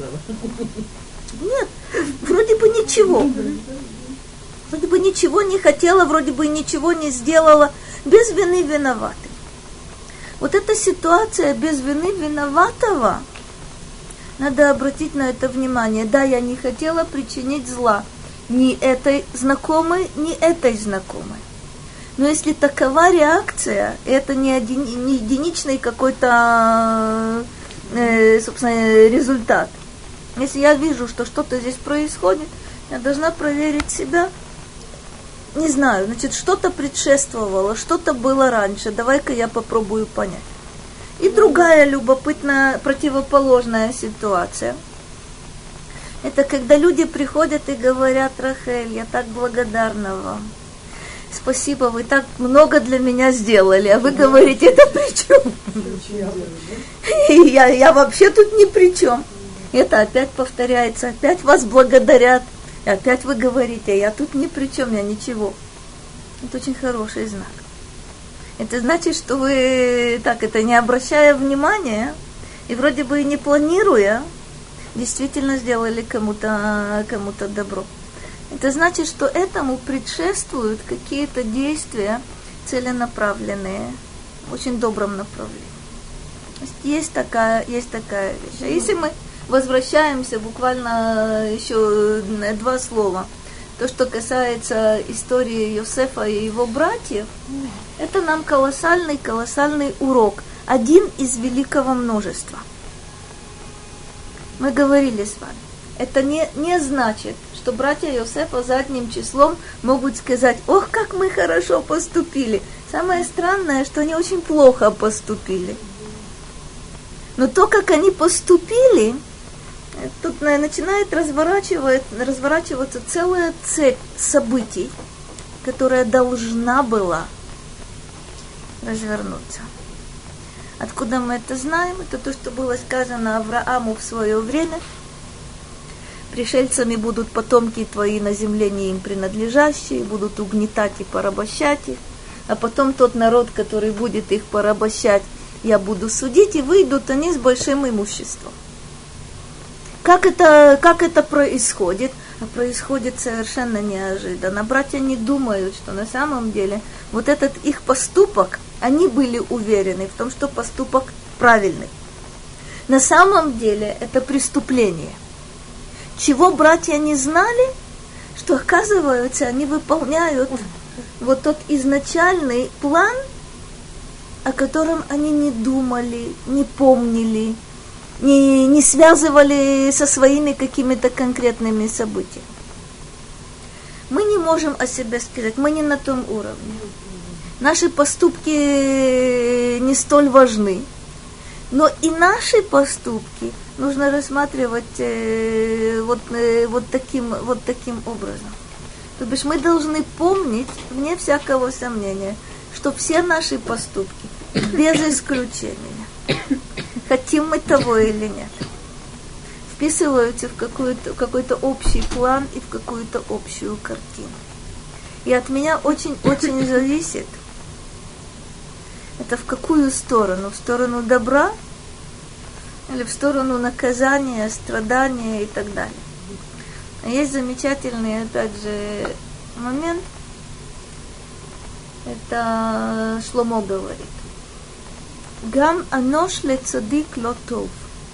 Нет, вроде бы ничего. Вроде бы ничего не хотела, вроде бы ничего не сделала. Без вины виноватый. Вот эта ситуация без вины виноватого, надо обратить на это внимание. Да, я не хотела причинить зла ни этой знакомой, ни этой знакомой. Но если такова реакция, это не единичный какой-то, собственно, результат. Если я вижу, что что-то здесь происходит, я должна проверить себя. Не знаю, значит, что-то предшествовало, что-то было раньше. Давай-ка я попробую понять. И другая любопытная, противоположная ситуация. Это когда люди приходят и говорят: Рахель, я так благодарна вам. Спасибо, вы так много для меня сделали. А вы говорите: это при чем? Я вообще тут ни при чем. Это опять повторяется, опять вас благодарят, и опять вы говорите, я тут ни при чем, я ничего. Это очень хороший знак. Это значит, что вы так, это не обращая внимания, и вроде бы и не планируя, действительно сделали кому-то добро. Это значит, что этому предшествуют какие-то действия целенаправленные, в очень добром направлении. Есть такая вещь. А если мы возвращаемся буквально еще 2 слова, то, что касается истории Йосефа и его братьев, это нам колоссальный урок. Один из великого множества. Мы говорили с вами. Это не значит, что братья Йосефа задним числом могут сказать, ох, как мы хорошо поступили. Самое странное, что они очень плохо поступили. Но то, как они поступили, тут начинает разворачиваться целая цепь событий, которая должна была развернуться. Откуда мы это знаем? Это то, что было сказано Аврааму в свое время. Пришельцами будут потомки твои на земле не им принадлежащие, будут угнетать и порабощать их. А потом тот народ, который будет их порабощать, я буду судить, и выйдут они с большим имуществом. Как это происходит? А происходит совершенно неожиданно. Братья не думают, что на самом деле вот этот их поступок, они были уверены в том, что поступок правильный. На самом деле это преступление. Чего братья не знали, что, оказывается, они выполняют вот тот изначальный план, о котором они не думали, не помнили, не связывали со своими какими-то конкретными событиями. Мы не можем о себе сказать, мы не на том уровне. Наши поступки не столь важны, но и наши поступки нужно рассматривать вот таким образом. То бишь мы должны помнить, вне всякого сомнения, что все наши поступки, без исключения, хотим мы того или нет, вписываются в какой-то общий план и в какую-то общую картину. И от меня очень зависит, это в какую сторону? В сторону добра или в сторону наказания, страдания и так далее. Есть замечательный, опять же, момент. Это Шломо говорит. Гам анош ле цадик ло тов.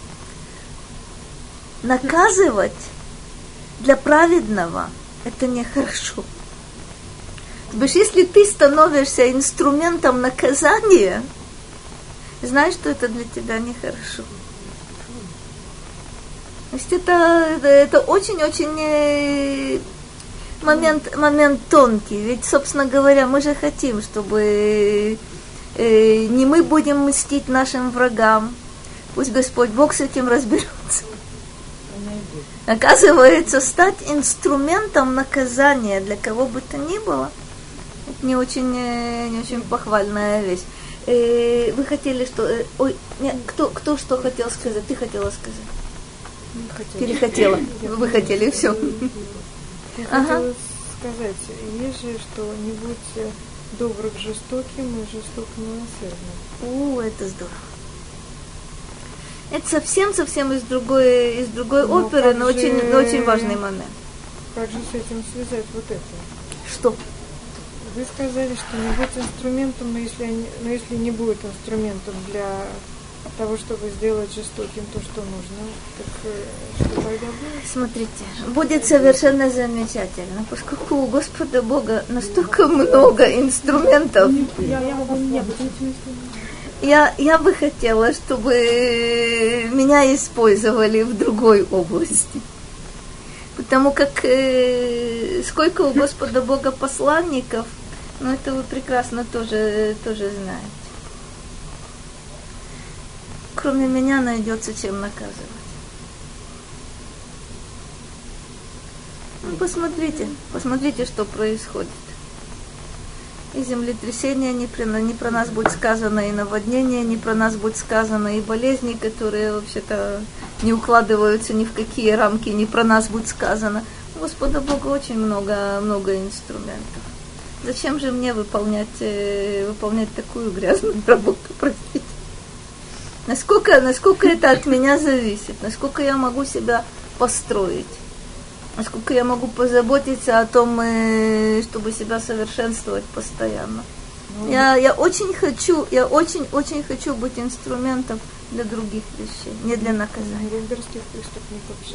Наказывать для праведного это нехорошо. То есть, если ты становишься инструментом наказания, знаешь, что это для тебя нехорошо. То есть это очень-очень момент тонкий. Ведь, собственно говоря, мы же хотим, чтобы не мы будем мстить нашим врагам. Пусть Господь Бог с этим разберется. Оказывается, стать инструментом наказания для кого бы то ни было, это не очень похвальная вещь. Вы хотели что? Кто что хотел сказать? Ты хотела сказать? Перехотела. Вы хотели, все. Я хотела сказать, есть же, что не будь добр к жестоким и жесток милосердным. Это здорово. Это совсем из другой оперы, но очень важный момент. Как же с этим связать вот это? Что? Вы сказали, что не будет инструментом, но если не будет инструментом для того, чтобы сделать жестоким то, что нужно, так что тогда будет? Смотрите, будет совершенно замечательно, поскольку у Господа Бога настолько много инструментов. Я бы хотела, чтобы меня использовали в другой области. Потому как сколько у Господа Бога посланников, это вы прекрасно тоже знаете. Кроме меня найдется чем наказывать. Посмотрите, что происходит. И землетрясение не про нас будет сказано, и наводнение не про нас будет сказано, и болезни, которые вообще-то не укладываются ни в какие рамки, не про нас будет сказано. У Господа Бога очень много инструментов. Зачем же мне выполнять такую грязную работу, простите? Насколько это от меня зависит, насколько я могу себя построить, насколько я могу позаботиться о том, чтобы себя совершенствовать постоянно. Я очень хочу быть инструментом для других вещей, не для наказания. Нюрнбергских преступников же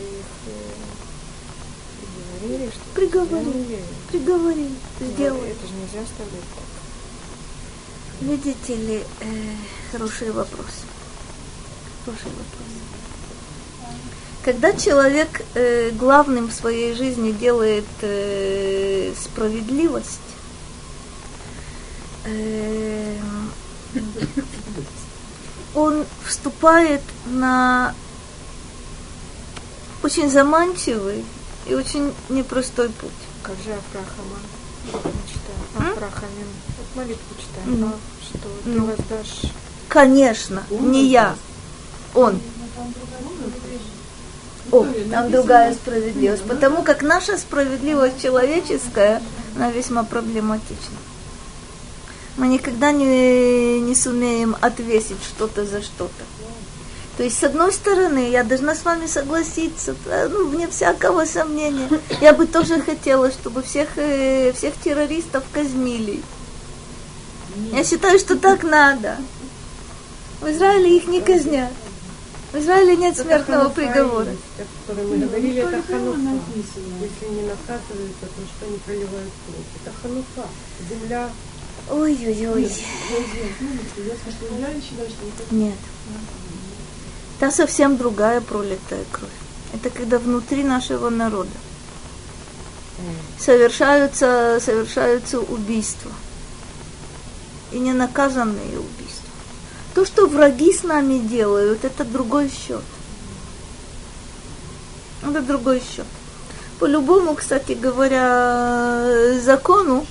их приговорили, сделали. Это же нельзя оставлять так. Видите ли, хороший вопрос. Когда человек главным в своей жизни делает справедливость, он вступает на очень заманчивый и очень непростой путь. Как же Афрахама читаем? Афрахамин. Вот молитву читаем. Что ты воздашь? Конечно, не я. Он. Там другая справедливость. Потому как наша справедливость человеческая, она весьма проблематична. Мы никогда не сумеем отвесить что-то за что-то. То есть, с одной стороны, я должна с вами согласиться, вне всякого сомнения. Я бы тоже хотела, чтобы всех террористов казнили. Я считаю, что так надо. В Израиле их не казнят. В Израиле нет смертного приговора. Мы говорили, это ханука. Если не наказываются, то что они проливают кровь. Это ханука. Земля. Ой-ой-ой. Нет. Та совсем другая пролитая кровь. Это когда внутри нашего народа совершаются убийства. И ненаказанные убийства. То, что враги с нами делают, это другой счет. Это другой счет. По любому, кстати говоря, закону,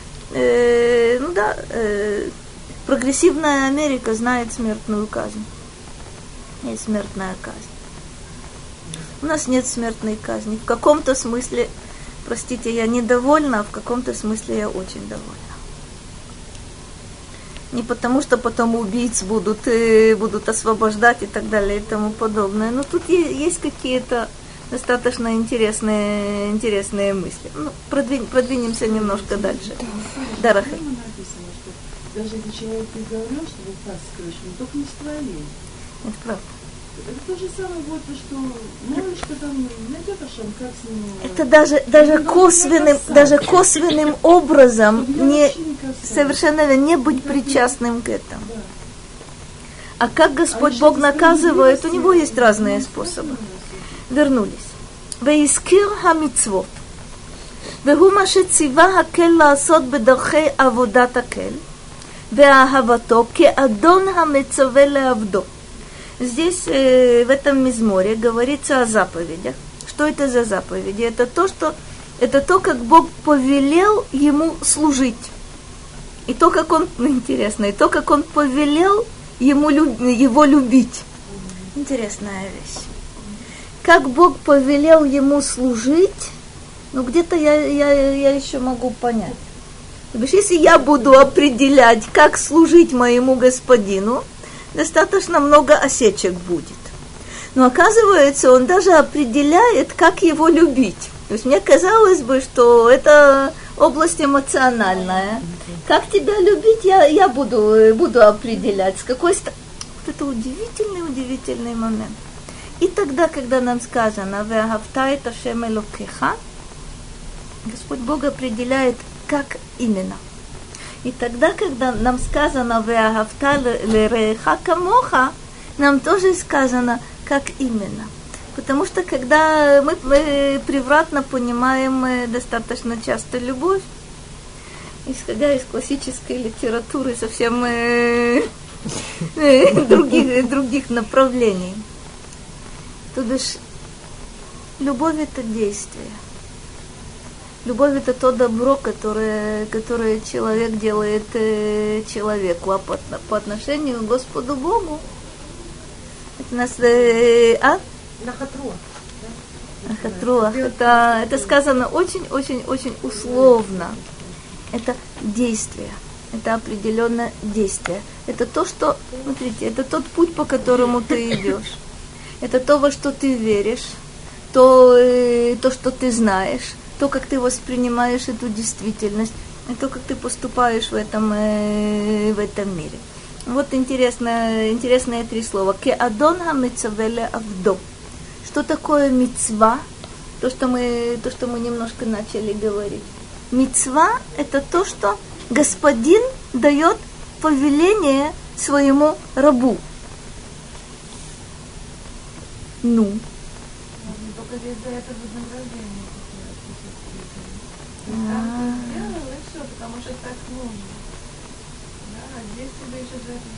прогрессивная Америка знает смертную казнь. Есть смертная казнь. У нас нет смертной казни. В каком-то смысле, простите, я недовольна, а в каком-то смысле я очень довольна. Не потому, что потом убийц будут освобождать и так далее и тому подобное. Но тут есть какие-то достаточно интересные мысли. Продвинемся немножко дальше. Да, Рахель. Даже если человек приговорен, чтобы упасть с крыши, но только не с твоей. Это правда. Это то же самое, вот что молишься там, найдет Ашем, как с ним... Это даже косвенным образом совершенно не быть причастным к этому. А как Господь Бог наказывает, у него есть разные способы. Вернулись. Веискир хамицвот. והוא מה שציווה הקל לעשות בדרכי עבודת הקל, ואהבתו כאדון המצווה לעבדו. Здесь, в этом мизморе, говорится о заповедях. Что это за заповеди? Это то, как Бог повелел ему служить. И то, как он, интересно, и то, как он повелел его любить. Интересная вещь. Как Бог повелел ему служить, где-то я еще могу понять. То есть, если я буду определять, как служить моему господину, достаточно много осечек будет. Но оказывается, он даже определяет, как его любить. То есть мне казалось бы, что это область эмоциональная. Как тебя любить, я буду определять. С какой стороны. Вот это удивительный момент. И тогда, когда нам сказано «Веахавта эт Ашем элокеха», Господь Бог определяет, как именно. И тогда, когда нам сказано «Веахавта лереха камоха», нам тоже сказано, как именно. Потому что когда мы превратно понимаем достаточно часто любовь, исходя из классической литературы совсем других направлений. То бишь, любовь – это действие. Любовь – это то добро, которое человек делает человеку, а по отношению к Господу Богу. Это нас... Нахатруах. Нахатруах. Это сказано очень-очень-очень условно. Это действие. Это определенное действие. Это то, что, смотрите, это тот путь, по которому ты идешь. Это то, во что ты веришь, то, что ты знаешь, то, как ты воспринимаешь эту действительность, и то, как ты поступаешь в этом мире. Вот интересные три слова. Ке-адон ха-мицаве ле-авдо. Что такое мицва? То, что мы немножко начали говорить. Мицва – это то, что господин дает повеление своему рабу. Ну. Только из-за этого вознаграждения. Там ты сделал, и все, потому что так нужно. Да, а здесь тебе еще за это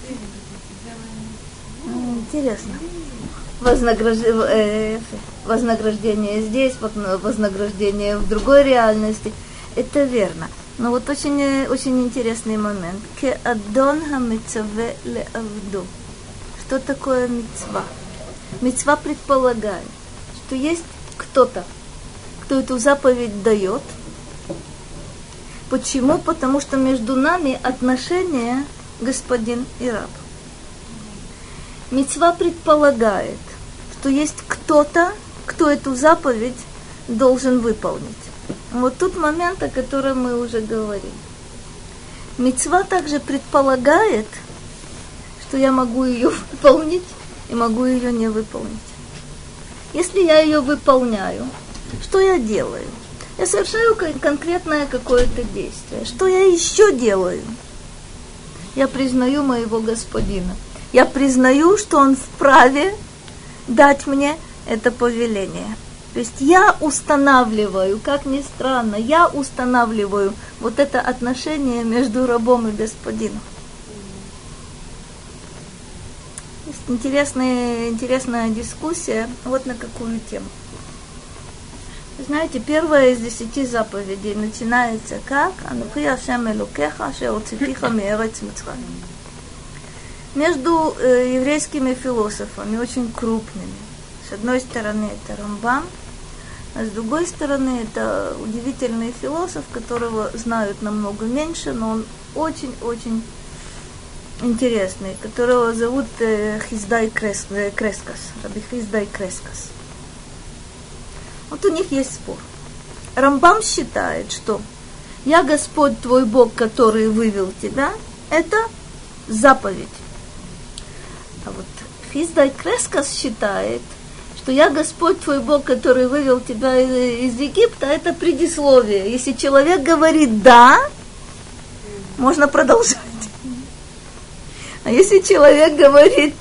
вознаграждение. Интересно. Вознаграждение здесь, вознаграждение в другой реальности. Это верно. Но вот очень интересный момент. Ке-адон ха-мицаве ле-авдо. Что такое мицва? Мицва предполагает, что есть кто-то, кто эту заповедь дает. Почему? Потому что между нами отношения господин и раб. Мицва предполагает, что есть кто-то, кто эту заповедь должен выполнить. Вот тут момент, о котором мы уже говорили. Мицва также предполагает, что я могу ее выполнить и могу ее не выполнить. Если я ее выполняю, что я делаю? Я совершаю конкретное какое-то действие. Что я еще делаю? Я признаю моего господина. Я признаю, что он вправе дать мне это повеление. То есть я устанавливаю, как ни странно, я устанавливаю вот это отношение между рабом и господином. Есть интересная дискуссия вот на какую тему. Вы знаете, первая из 10 заповедей начинается как «Анухи Ашем Элокеха, ашер оцитиха миэрец Мицраим». Между еврейскими философами, очень крупными. С одной стороны это Рамбам, а с другой стороны это удивительный философ, которого знают намного меньше, но он очень-очень интересный, которого зовут Хиздай Крескас, Раби Хиздай Крескас. Вот у них есть спор. Рамбам считает, что «Я Господь твой Бог, который вывел тебя», это заповедь. А вот Хиздай Крескас считает, что «Я Господь твой Бог, который вывел тебя из Египта», это предисловие. Если человек говорит «да», можно продолжать. А если человек говорит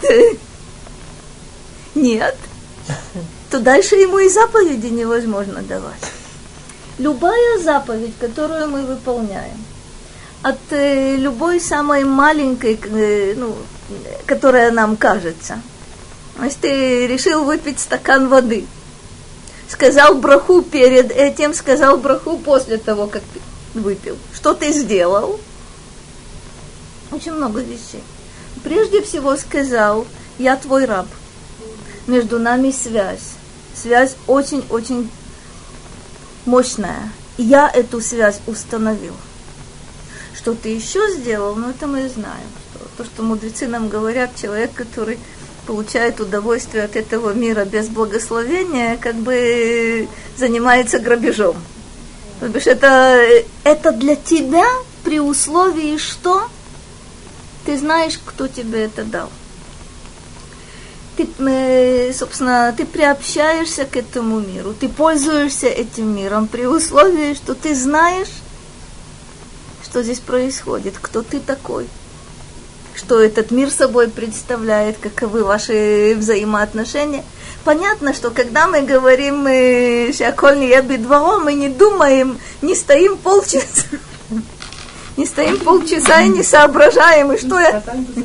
«нет», то дальше ему и заповеди невозможно давать. Любая заповедь, которую мы выполняем, от любой самой маленькой, которая нам кажется. Если ты решил выпить стакан воды, сказал браху перед этим, сказал браху после того, как ты выпил. Что ты сделал? Очень много вещей. Прежде всего сказал, я твой раб. Между нами связь. Связь очень-очень мощная. И я эту связь установил. Что ты еще сделал, это мы знаем. То, что мудрецы нам говорят, человек, который получает удовольствие от этого мира без благословения, как бы занимается грабежом. То бишь это для тебя при условии, что ты знаешь, кто тебе это дал. Ты приобщаешься к этому миру, ты пользуешься этим миром при условии, что ты знаешь, что здесь происходит, кто ты такой, что этот мир собой представляет, каковы ваши взаимоотношения. Понятно, что когда мы говорим «Шаколь не бедворо», мы не думаем, не стоим полчаса и не соображаем, и что я...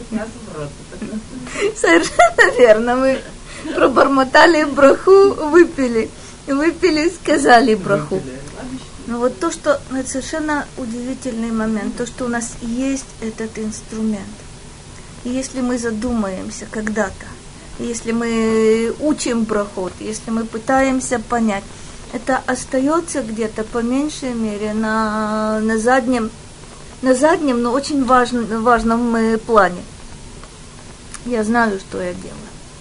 Совершенно верно. Мы пробормотали браху, выпили, сказали браху. Но вот то, что это совершенно удивительный момент, то, что у нас есть этот инструмент. И если мы задумаемся когда-то, если мы учим брахот, если мы пытаемся понять, это остается где-то по меньшей мере на заднем, но очень важном плане. Я знаю, что я делаю.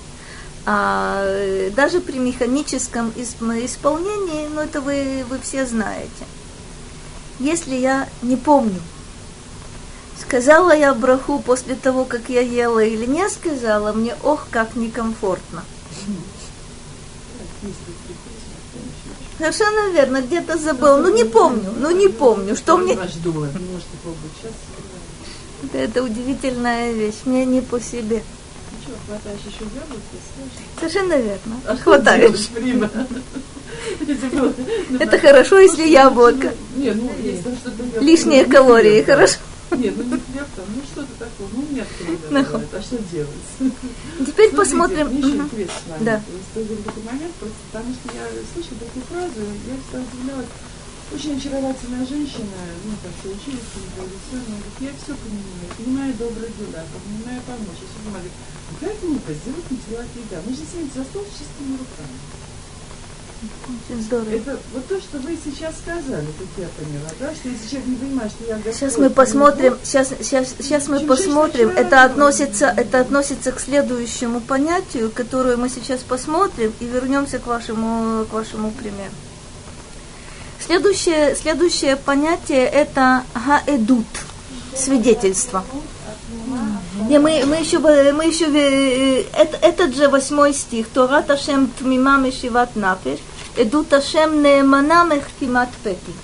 А даже при механическом исполнении, это вы все знаете. Если я не помню, сказала я браху после того, как я ела, или не сказала, мне как некомфортно. Совершенно верно, где-то забыл. Не помню, что мне... Это удивительная вещь, мне не по себе. Хватаешь еще яблоки, совершенно верно. Хватаешь. Это Это хорошо, если яблоко. Нет, если что-то Лишние калории, хорошо. Нет, не хлеб там, что-то такое. У меня такое бывает. А что делать? Теперь посмотрим. Мне еще интересно. Да. Такой момент, потому что я слышала такую фразу, я всегда удивлялась. Очень очаровательная женщина, все учились, говорит, я все понимаю добрые дела, понимаю помочь. Я все думаю, как ну-ка, сделать начала еда. Нужно сидеть за стол с чистыми руками. Очень здорово. Это вот то, что вы сейчас сказали, как я поняла, да? Что если человек не понимает, что я готова... Сейчас мы посмотрим, сейчас мы посмотрим, это относится к следующему понятию, которое мы сейчас посмотрим, и вернемся к вашему примеру. Следующее понятие это гаэдут, свидетельство. И мы еще этот же 8 стих. Торат Ашем тмима мешиват нафеш, эдут Ашем неэмана мехтимат пети.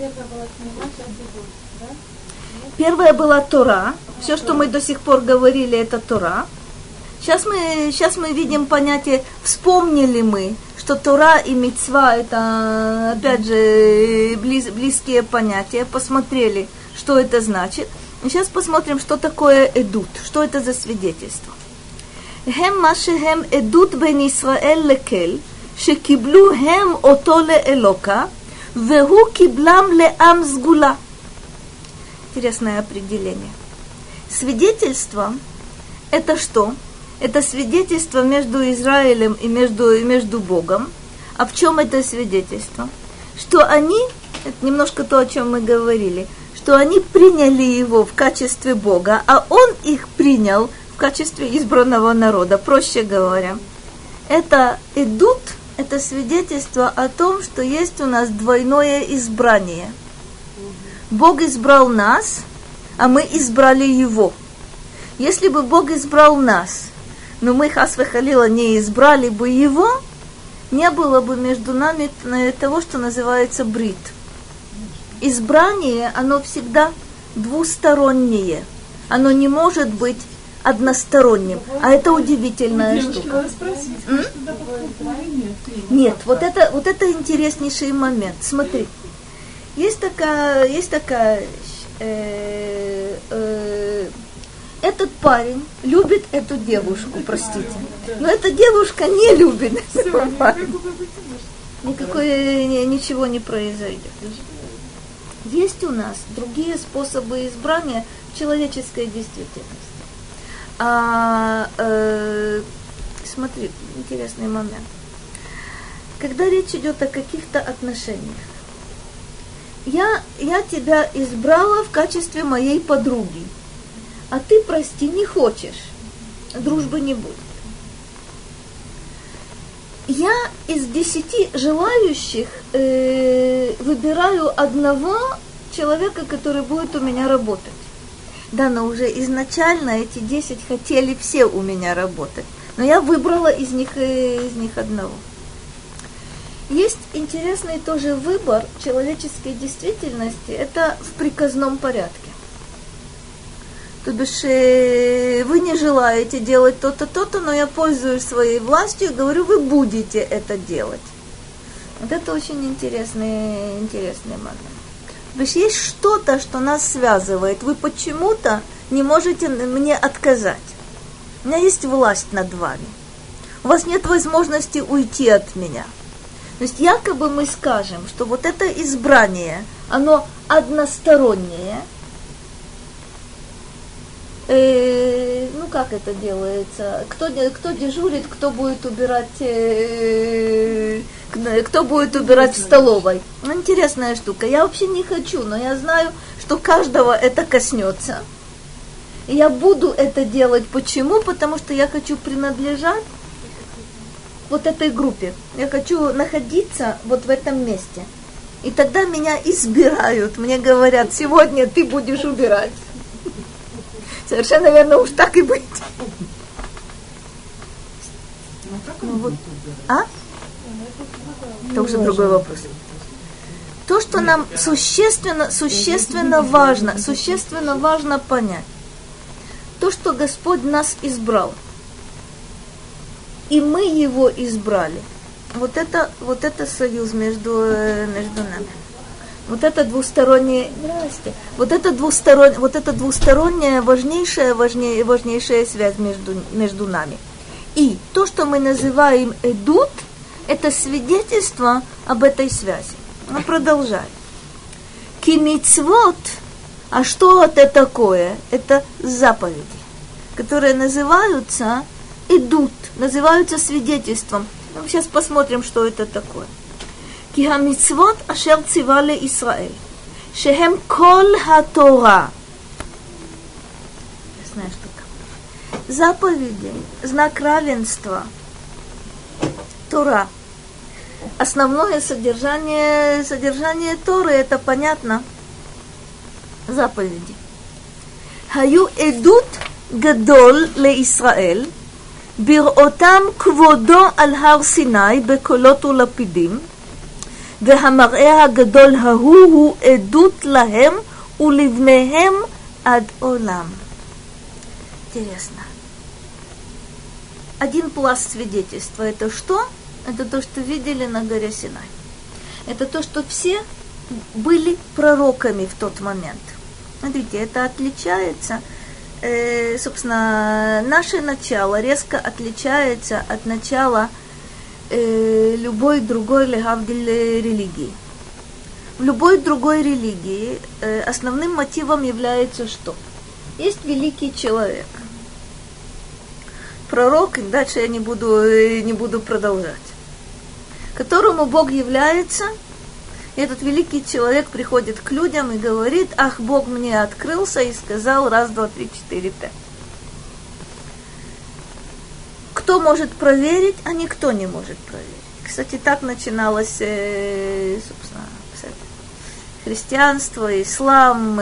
Первая была Тора. Все, что мы до сих пор говорили, это Тора. Сейчас мы видим понятие, вспомнили мы, что Тора и мицва это, опять же, близкие понятия, посмотрели, что это значит. И сейчас посмотрим, что такое эдут, что это за свидетельство. Хем машехем эдут бен Исраэль лекель, шекиблу хем ото леэлока, веху киблам леам сгула. Интересное определение. Свидетельство – это что? Это свидетельство между Израилем и между Богом. А в чем это свидетельство? Что они, это немножко то, о чем мы говорили, что они приняли его в качестве Бога, а он их принял в качестве избранного народа. Проще говоря, это эдут, это свидетельство о том, что есть у нас двойное избрание. Бог избрал нас, а мы избрали его. Если бы Бог избрал нас, но мы, хас вехалила, не избрали бы его, не было бы между нами того, что называется брит. Избрание, оно всегда двустороннее. Оно не может быть односторонним. А это удивительная штука. Нет, вот это интереснейший момент. Смотри, есть такая вещь. Этот парень любит эту девушку, простите. Но эта девушка не любит этого парня. Ничего не произойдет. Есть у нас другие способы избрания в человеческой действительности. Смотри, интересный момент. Когда речь идет о каких-то отношениях, я тебя избрала в качестве моей подруги, а ты, прости, не хочешь, дружбы не будет. Я из 10 желающих выбираю одного человека, который будет у меня работать. Да, но уже изначально эти 10 хотели все у меня работать, но я выбрала из них одного. Есть интересный тоже выбор человеческой действительности, это в приказном порядке. То бишь, вы не желаете делать то-то, то-то, но я пользуюсь своей властью и говорю, вы будете это делать. Вот это очень интересный момент. То бишь, есть что-то, что нас связывает. Вы почему-то не можете мне отказать. У меня есть власть над вами. У вас нет возможности уйти от меня. То есть, якобы мы скажем, что вот это избрание, оно одностороннее. ну как это делается? Кто дежурит, кто будет убирать в столовой? Ну, интересная штука. Я вообще не хочу, но я знаю, что каждого это коснется. И я буду это делать. Почему? Потому что я хочу принадлежать вот этой группе. Я хочу находиться вот в этом месте. И тогда меня избирают. Мне говорят, сегодня ты будешь убирать. Совершенно верно, уж так и быть. Это уже другой вопрос. То, что нам существенно важно понять. То, что Господь нас избрал. И мы его избрали. Вот это союз между нами. Вот это двусторонняя важнейшая связь между нами. И то, что мы называем эдут, это свидетельство об этой связи. Мы продолжаем. Кимицвот, а что это такое? Это заповеди, которые называются эдут, называются свидетельством. Ну, сейчас посмотрим, что это такое. כי המצוות אשר ציווה לישראל, שהם כל התורה. Ясная штука. Заповеди, знак равенства, Тора. Основное содержание Торы, это понятно. Заповеди. היו עדות גדול לישראל, בראותם כבודו על הר סיני בקולות ולפידים, והמראה הגדול הוא עדות להם ולבניהם עד עולם. Интересно. Один пласт свидетельства. Это что? Это то, что видели на горе Синай. Это то, что все были пророками в тот момент. Смотрите, это отличается, собственно, наше начало резко отличается от начала любой другой легавдиль религии. В любой другой религии основным мотивом является что? Есть великий человек, пророк, и дальше я не буду продолжать, которому Бог является, и этот великий человек приходит к людям и говорит: ах, Бог мне открылся и сказал 1, 2, 3, 4, 5. Кто может проверить, а никто не может проверить. Кстати, так начиналось, собственно, христианство, ислам,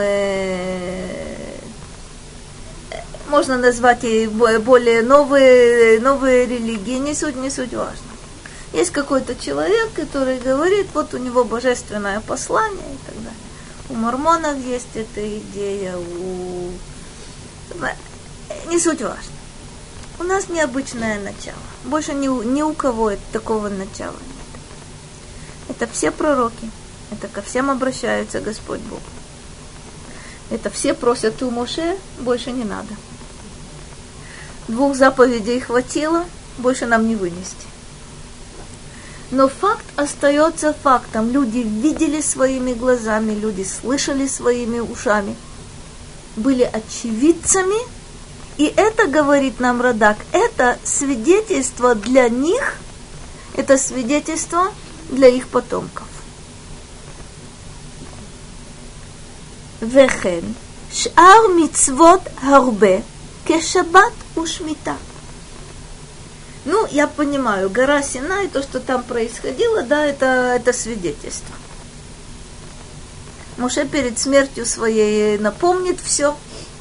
можно назвать и более новые религии, не суть важно. Есть какой-то человек, который говорит, вот у него божественное послание и так далее. У мормонов есть эта идея, не суть важно. У нас необычное начало. Больше ни у кого такого начала нет. Это все пророки. Это ко всем обращается Господь Бог. Это все просят у Моше, больше не надо. 2 заповедей хватило, больше нам не вынести. Но факт остается фактом. Люди видели своими глазами, люди слышали своими ушами, были очевидцами. И это, говорит нам Радак, это свидетельство для них, это свидетельство для их потомков. Вехен, шар мицвот харбе, кешаббат ушмита. Ну, я понимаю, гора Синай, то, что там происходило, да, это свидетельство. Моше перед смертью своей напомнит все.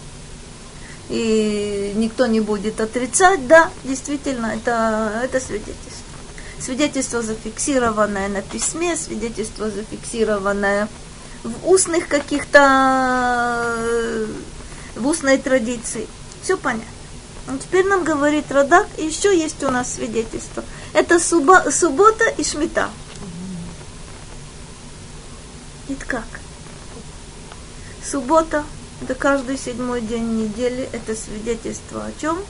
И никто не будет отрицать, да, действительно, это свидетельство. Свидетельство, зафиксированное на письме, свидетельство, зафиксированное в устных каких-то, в устной традиции. Все понятно. А теперь нам говорит Радак, еще есть у нас свидетельство. Это суббота и шмита. Это как? Суббота. Это каждый 7-й день недели, это свидетельство о чем?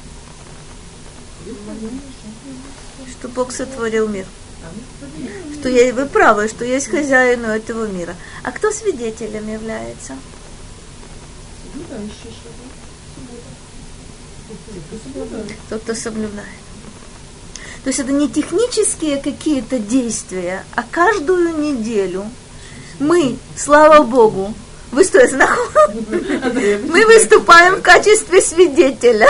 Что Бог сотворил мир. Что вы правы, что есть хозяин этого мира. А кто свидетелем является? Тот, кто соблюдает. То есть это не технические какие-то действия, а каждую неделю мы, слава Богу, мы выступаем в качестве свидетеля.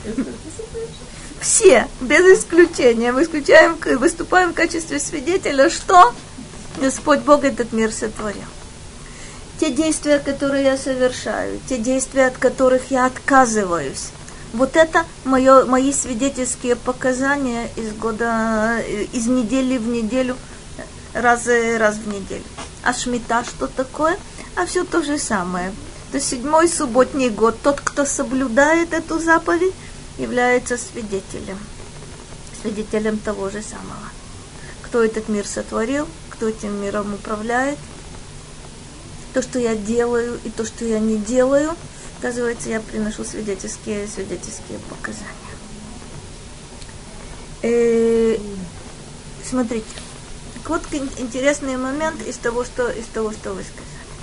Все, без исключения, выступаем в качестве свидетеля, что Господь Бог этот мир сотворил. Те действия, которые я совершаю, те действия, от которых я отказываюсь, вот это мои свидетельские показания из недели в неделю, раз в неделю. А шмита что такое? А все то же самое. То есть 7-й субботний год, тот, кто соблюдает эту заповедь, является свидетелем того же самого. Кто этот мир сотворил, кто этим миром управляет, то, что я делаю и то, что я не делаю, оказывается, я приношу свидетельские показания. Смотрите, так вот интересный момент из того, что вы сказали.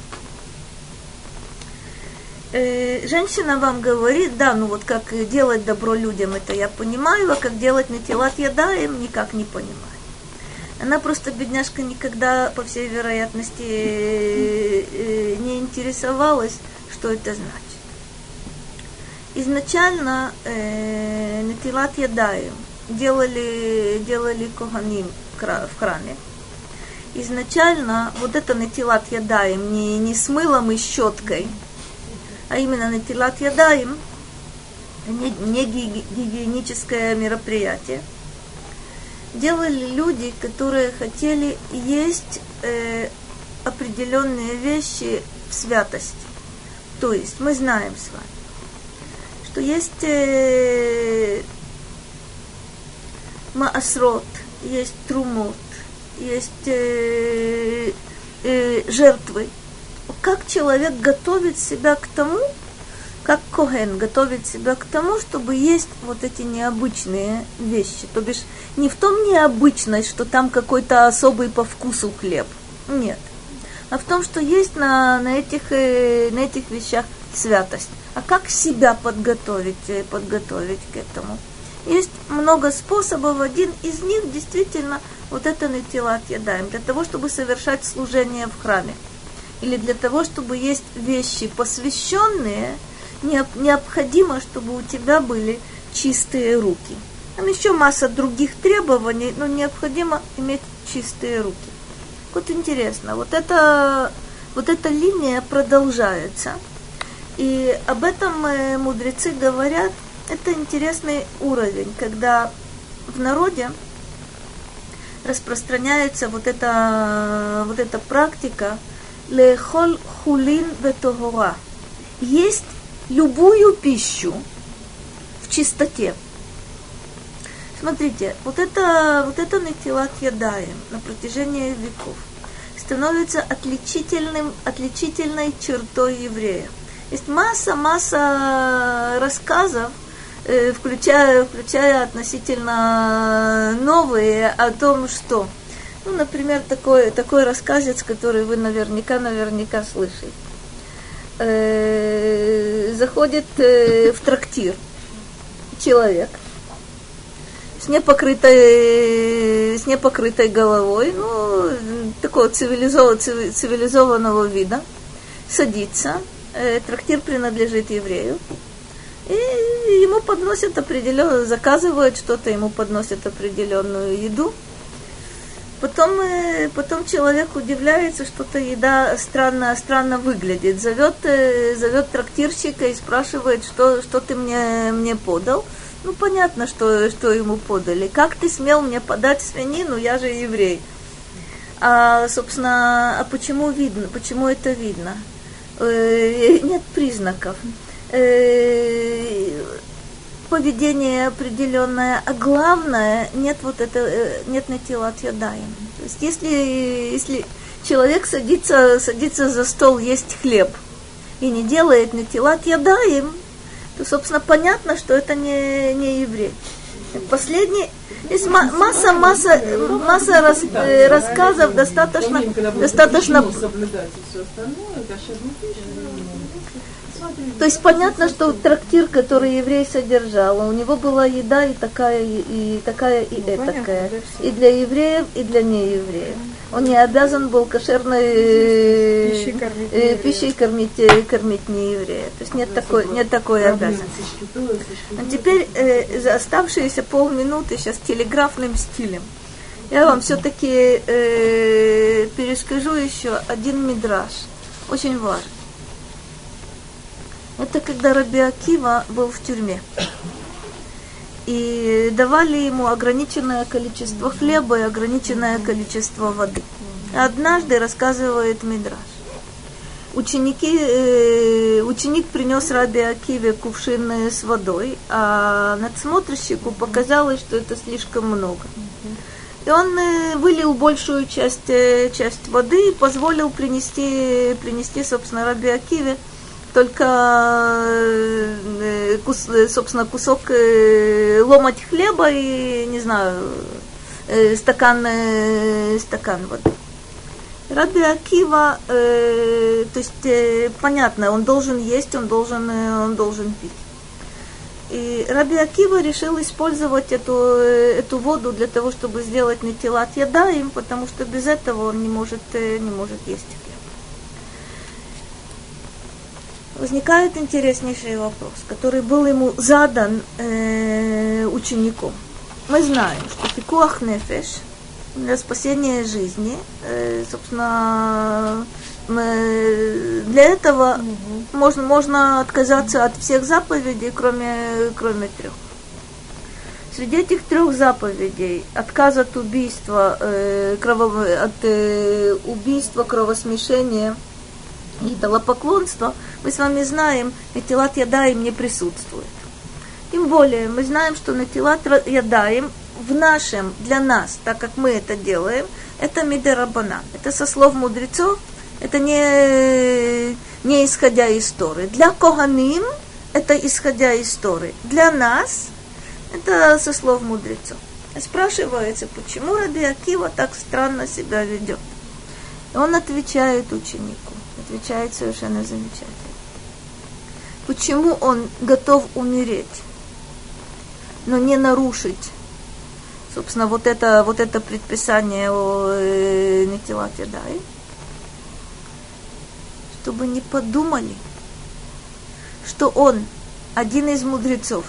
Женщина вам говорит, да, ну вот как делать добро людям, это я понимаю, а как делать натилат ядаем, никак не понимаю. Она просто, бедняжка, никогда, по всей вероятности, не интересовалась, что это значит. Изначально натилат ядаем делали коганим в храме. Изначально вот это натилат ядаем не с мылом и щеткой, а именно натилат ядаем, не гигиеническое мероприятие, делали люди, которые хотели есть определенные вещи в святости. То есть мы знаем с вами, что есть маасрот, есть трумот, есть жертвы. Как человек готовит себя к тому, как коген готовит себя к тому, чтобы есть вот эти необычные вещи. То бишь не в том необычность, что там какой-то особый по вкусу хлеб. Нет. А в том, что есть на этих вещах святость. А как себя подготовить к этому? Есть много способов. Один из них действительно вот это натилат ядаем. Для того, чтобы совершать служение в храме. Или для того, чтобы есть вещи посвященные, необходимо, чтобы у тебя были чистые руки. Там еще масса других требований, но необходимо иметь чистые руки. Вот интересно, вот эта линия продолжается. И об этом мудрецы говорят, это интересный уровень, когда в народе распространяется вот эта практика лехол хулин ветохора. Есть любую пищу в чистоте. Смотрите, вот это натилат ядаем на протяжении веков становится отличительной чертой еврея. Есть масса рассказов, включая относительно новые, о том, что, ну, например, такой рассказец, который вы наверняка слышали. Заходит в трактир человек с непокрытой головой, ну, такого цивилизованного вида, садится. Трактир принадлежит еврею, и ему подносят заказывают что-то, ему подносят определенную еду. Потом человек удивляется, что-то еда странно выглядит. Зовет трактирщика и спрашивает, что ты мне подал. Ну, понятно, что ему подали. Как ты смел мне подать свинину, я же еврей. Собственно, почему видно? Почему это видно? Нет признаков. Поведение определенное, а главное, нет натилат ядаем. То есть если человек садится за стол есть хлеб и не делает натилат ядаем, то, собственно, понятно, что это не еврей. Последний, есть масса рассказов, достаточно. То есть понятно, что трактир, который еврей содержал, у него была еда и такая, и этакая. И для евреев, и для неевреев. Он не обязан был кошерной пищей кормить нееврея. То есть нет такой обязанности. А теперь за оставшиеся полминуты сейчас телеграфным стилем. Я вам все-таки перескажу еще один мидраш, очень важный. Это когда Раби Акива был в тюрьме. И давали ему ограниченное количество хлеба и ограниченное количество воды. Однажды, рассказывает мидраш, ученик принес Раби Акиве кувшин с водой, а надсмотрщику показалось, что это слишком много. И он вылил большую часть воды и позволил принести, собственно, Раби Акиве только, собственно, кусок, ломоть хлеба и, не знаю, стакан воды. Раби Акива, то есть, понятно, он должен есть, он должен пить. И Раби Акива решил использовать эту воду для того, чтобы сделать нетилат ядаим, потому что без этого он не может есть хлеб. Возникает интереснейший вопрос, который был ему задан учеником. Мы знаем, что пикуах нефеш для спасения жизни, собственно, для этого можно отказаться от всех заповедей, кроме 3. Среди этих 3 заповедей отказ от убийства, кровосмешения и идолопоклонства, мы с вами знаем, нетилат ядаим не присутствует. Тем более, мы знаем, что нетилат ядаим в нашем, для нас, так как мы это делаем, это мидерабанан. Это со слов мудрецов, это не исходя из Торы. Для коганим это исходя из Торы. Для нас это со слов мудрецов. Спрашивается, почему Раби Акива так странно себя ведет. И он отвечает ученику. Отвечает совершенно замечательно. Почему он готов умереть, но не нарушить, собственно, вот это предписание о нетилат ядаим? Чтобы не подумали, что он один из мудрецов.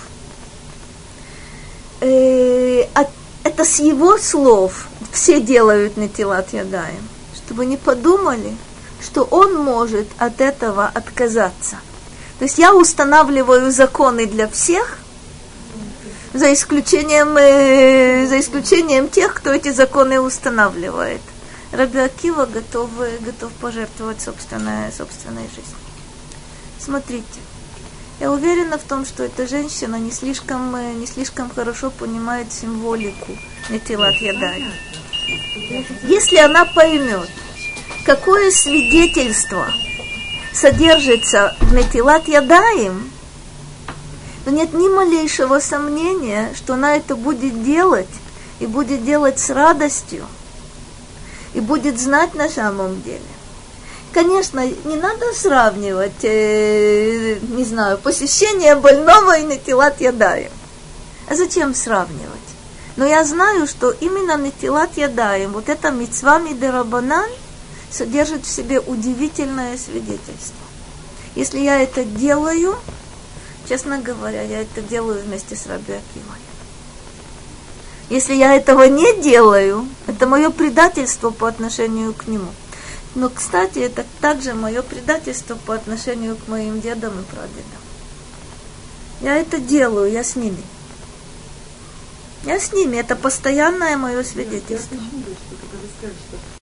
Это с его слов все делают нетилат ядаим. Чтобы не подумали, что он может от этого отказаться. То есть я устанавливаю законы для всех, за исключением тех, кто эти законы устанавливает. Раби Акива готов пожертвовать собственной жизнью. Смотрите, я уверена в том, что эта женщина не слишком хорошо понимает символику нетилат ядаим. Если она поймет, какое свидетельство содержится в нетилат ядаим, то нет ни малейшего сомнения, что она это будет делать, и будет делать с радостью, и будет знать на самом деле. Конечно, не надо сравнивать, посещение больного и нетилат ядаим. А зачем сравнивать? Но я знаю, что именно нетилат ядаим, вот эта мицва мидерабанан, содержит в себе удивительное свидетельство. Если я это делаю, честно говоря, я это делаю вместе с Раби Акивой. Если я этого не делаю, это мое предательство по отношению к нему. Но, кстати, это также мое предательство по отношению к моим дедам и прадедам. Я это делаю, я с ними. Я с ними, это постоянное мое свидетельство.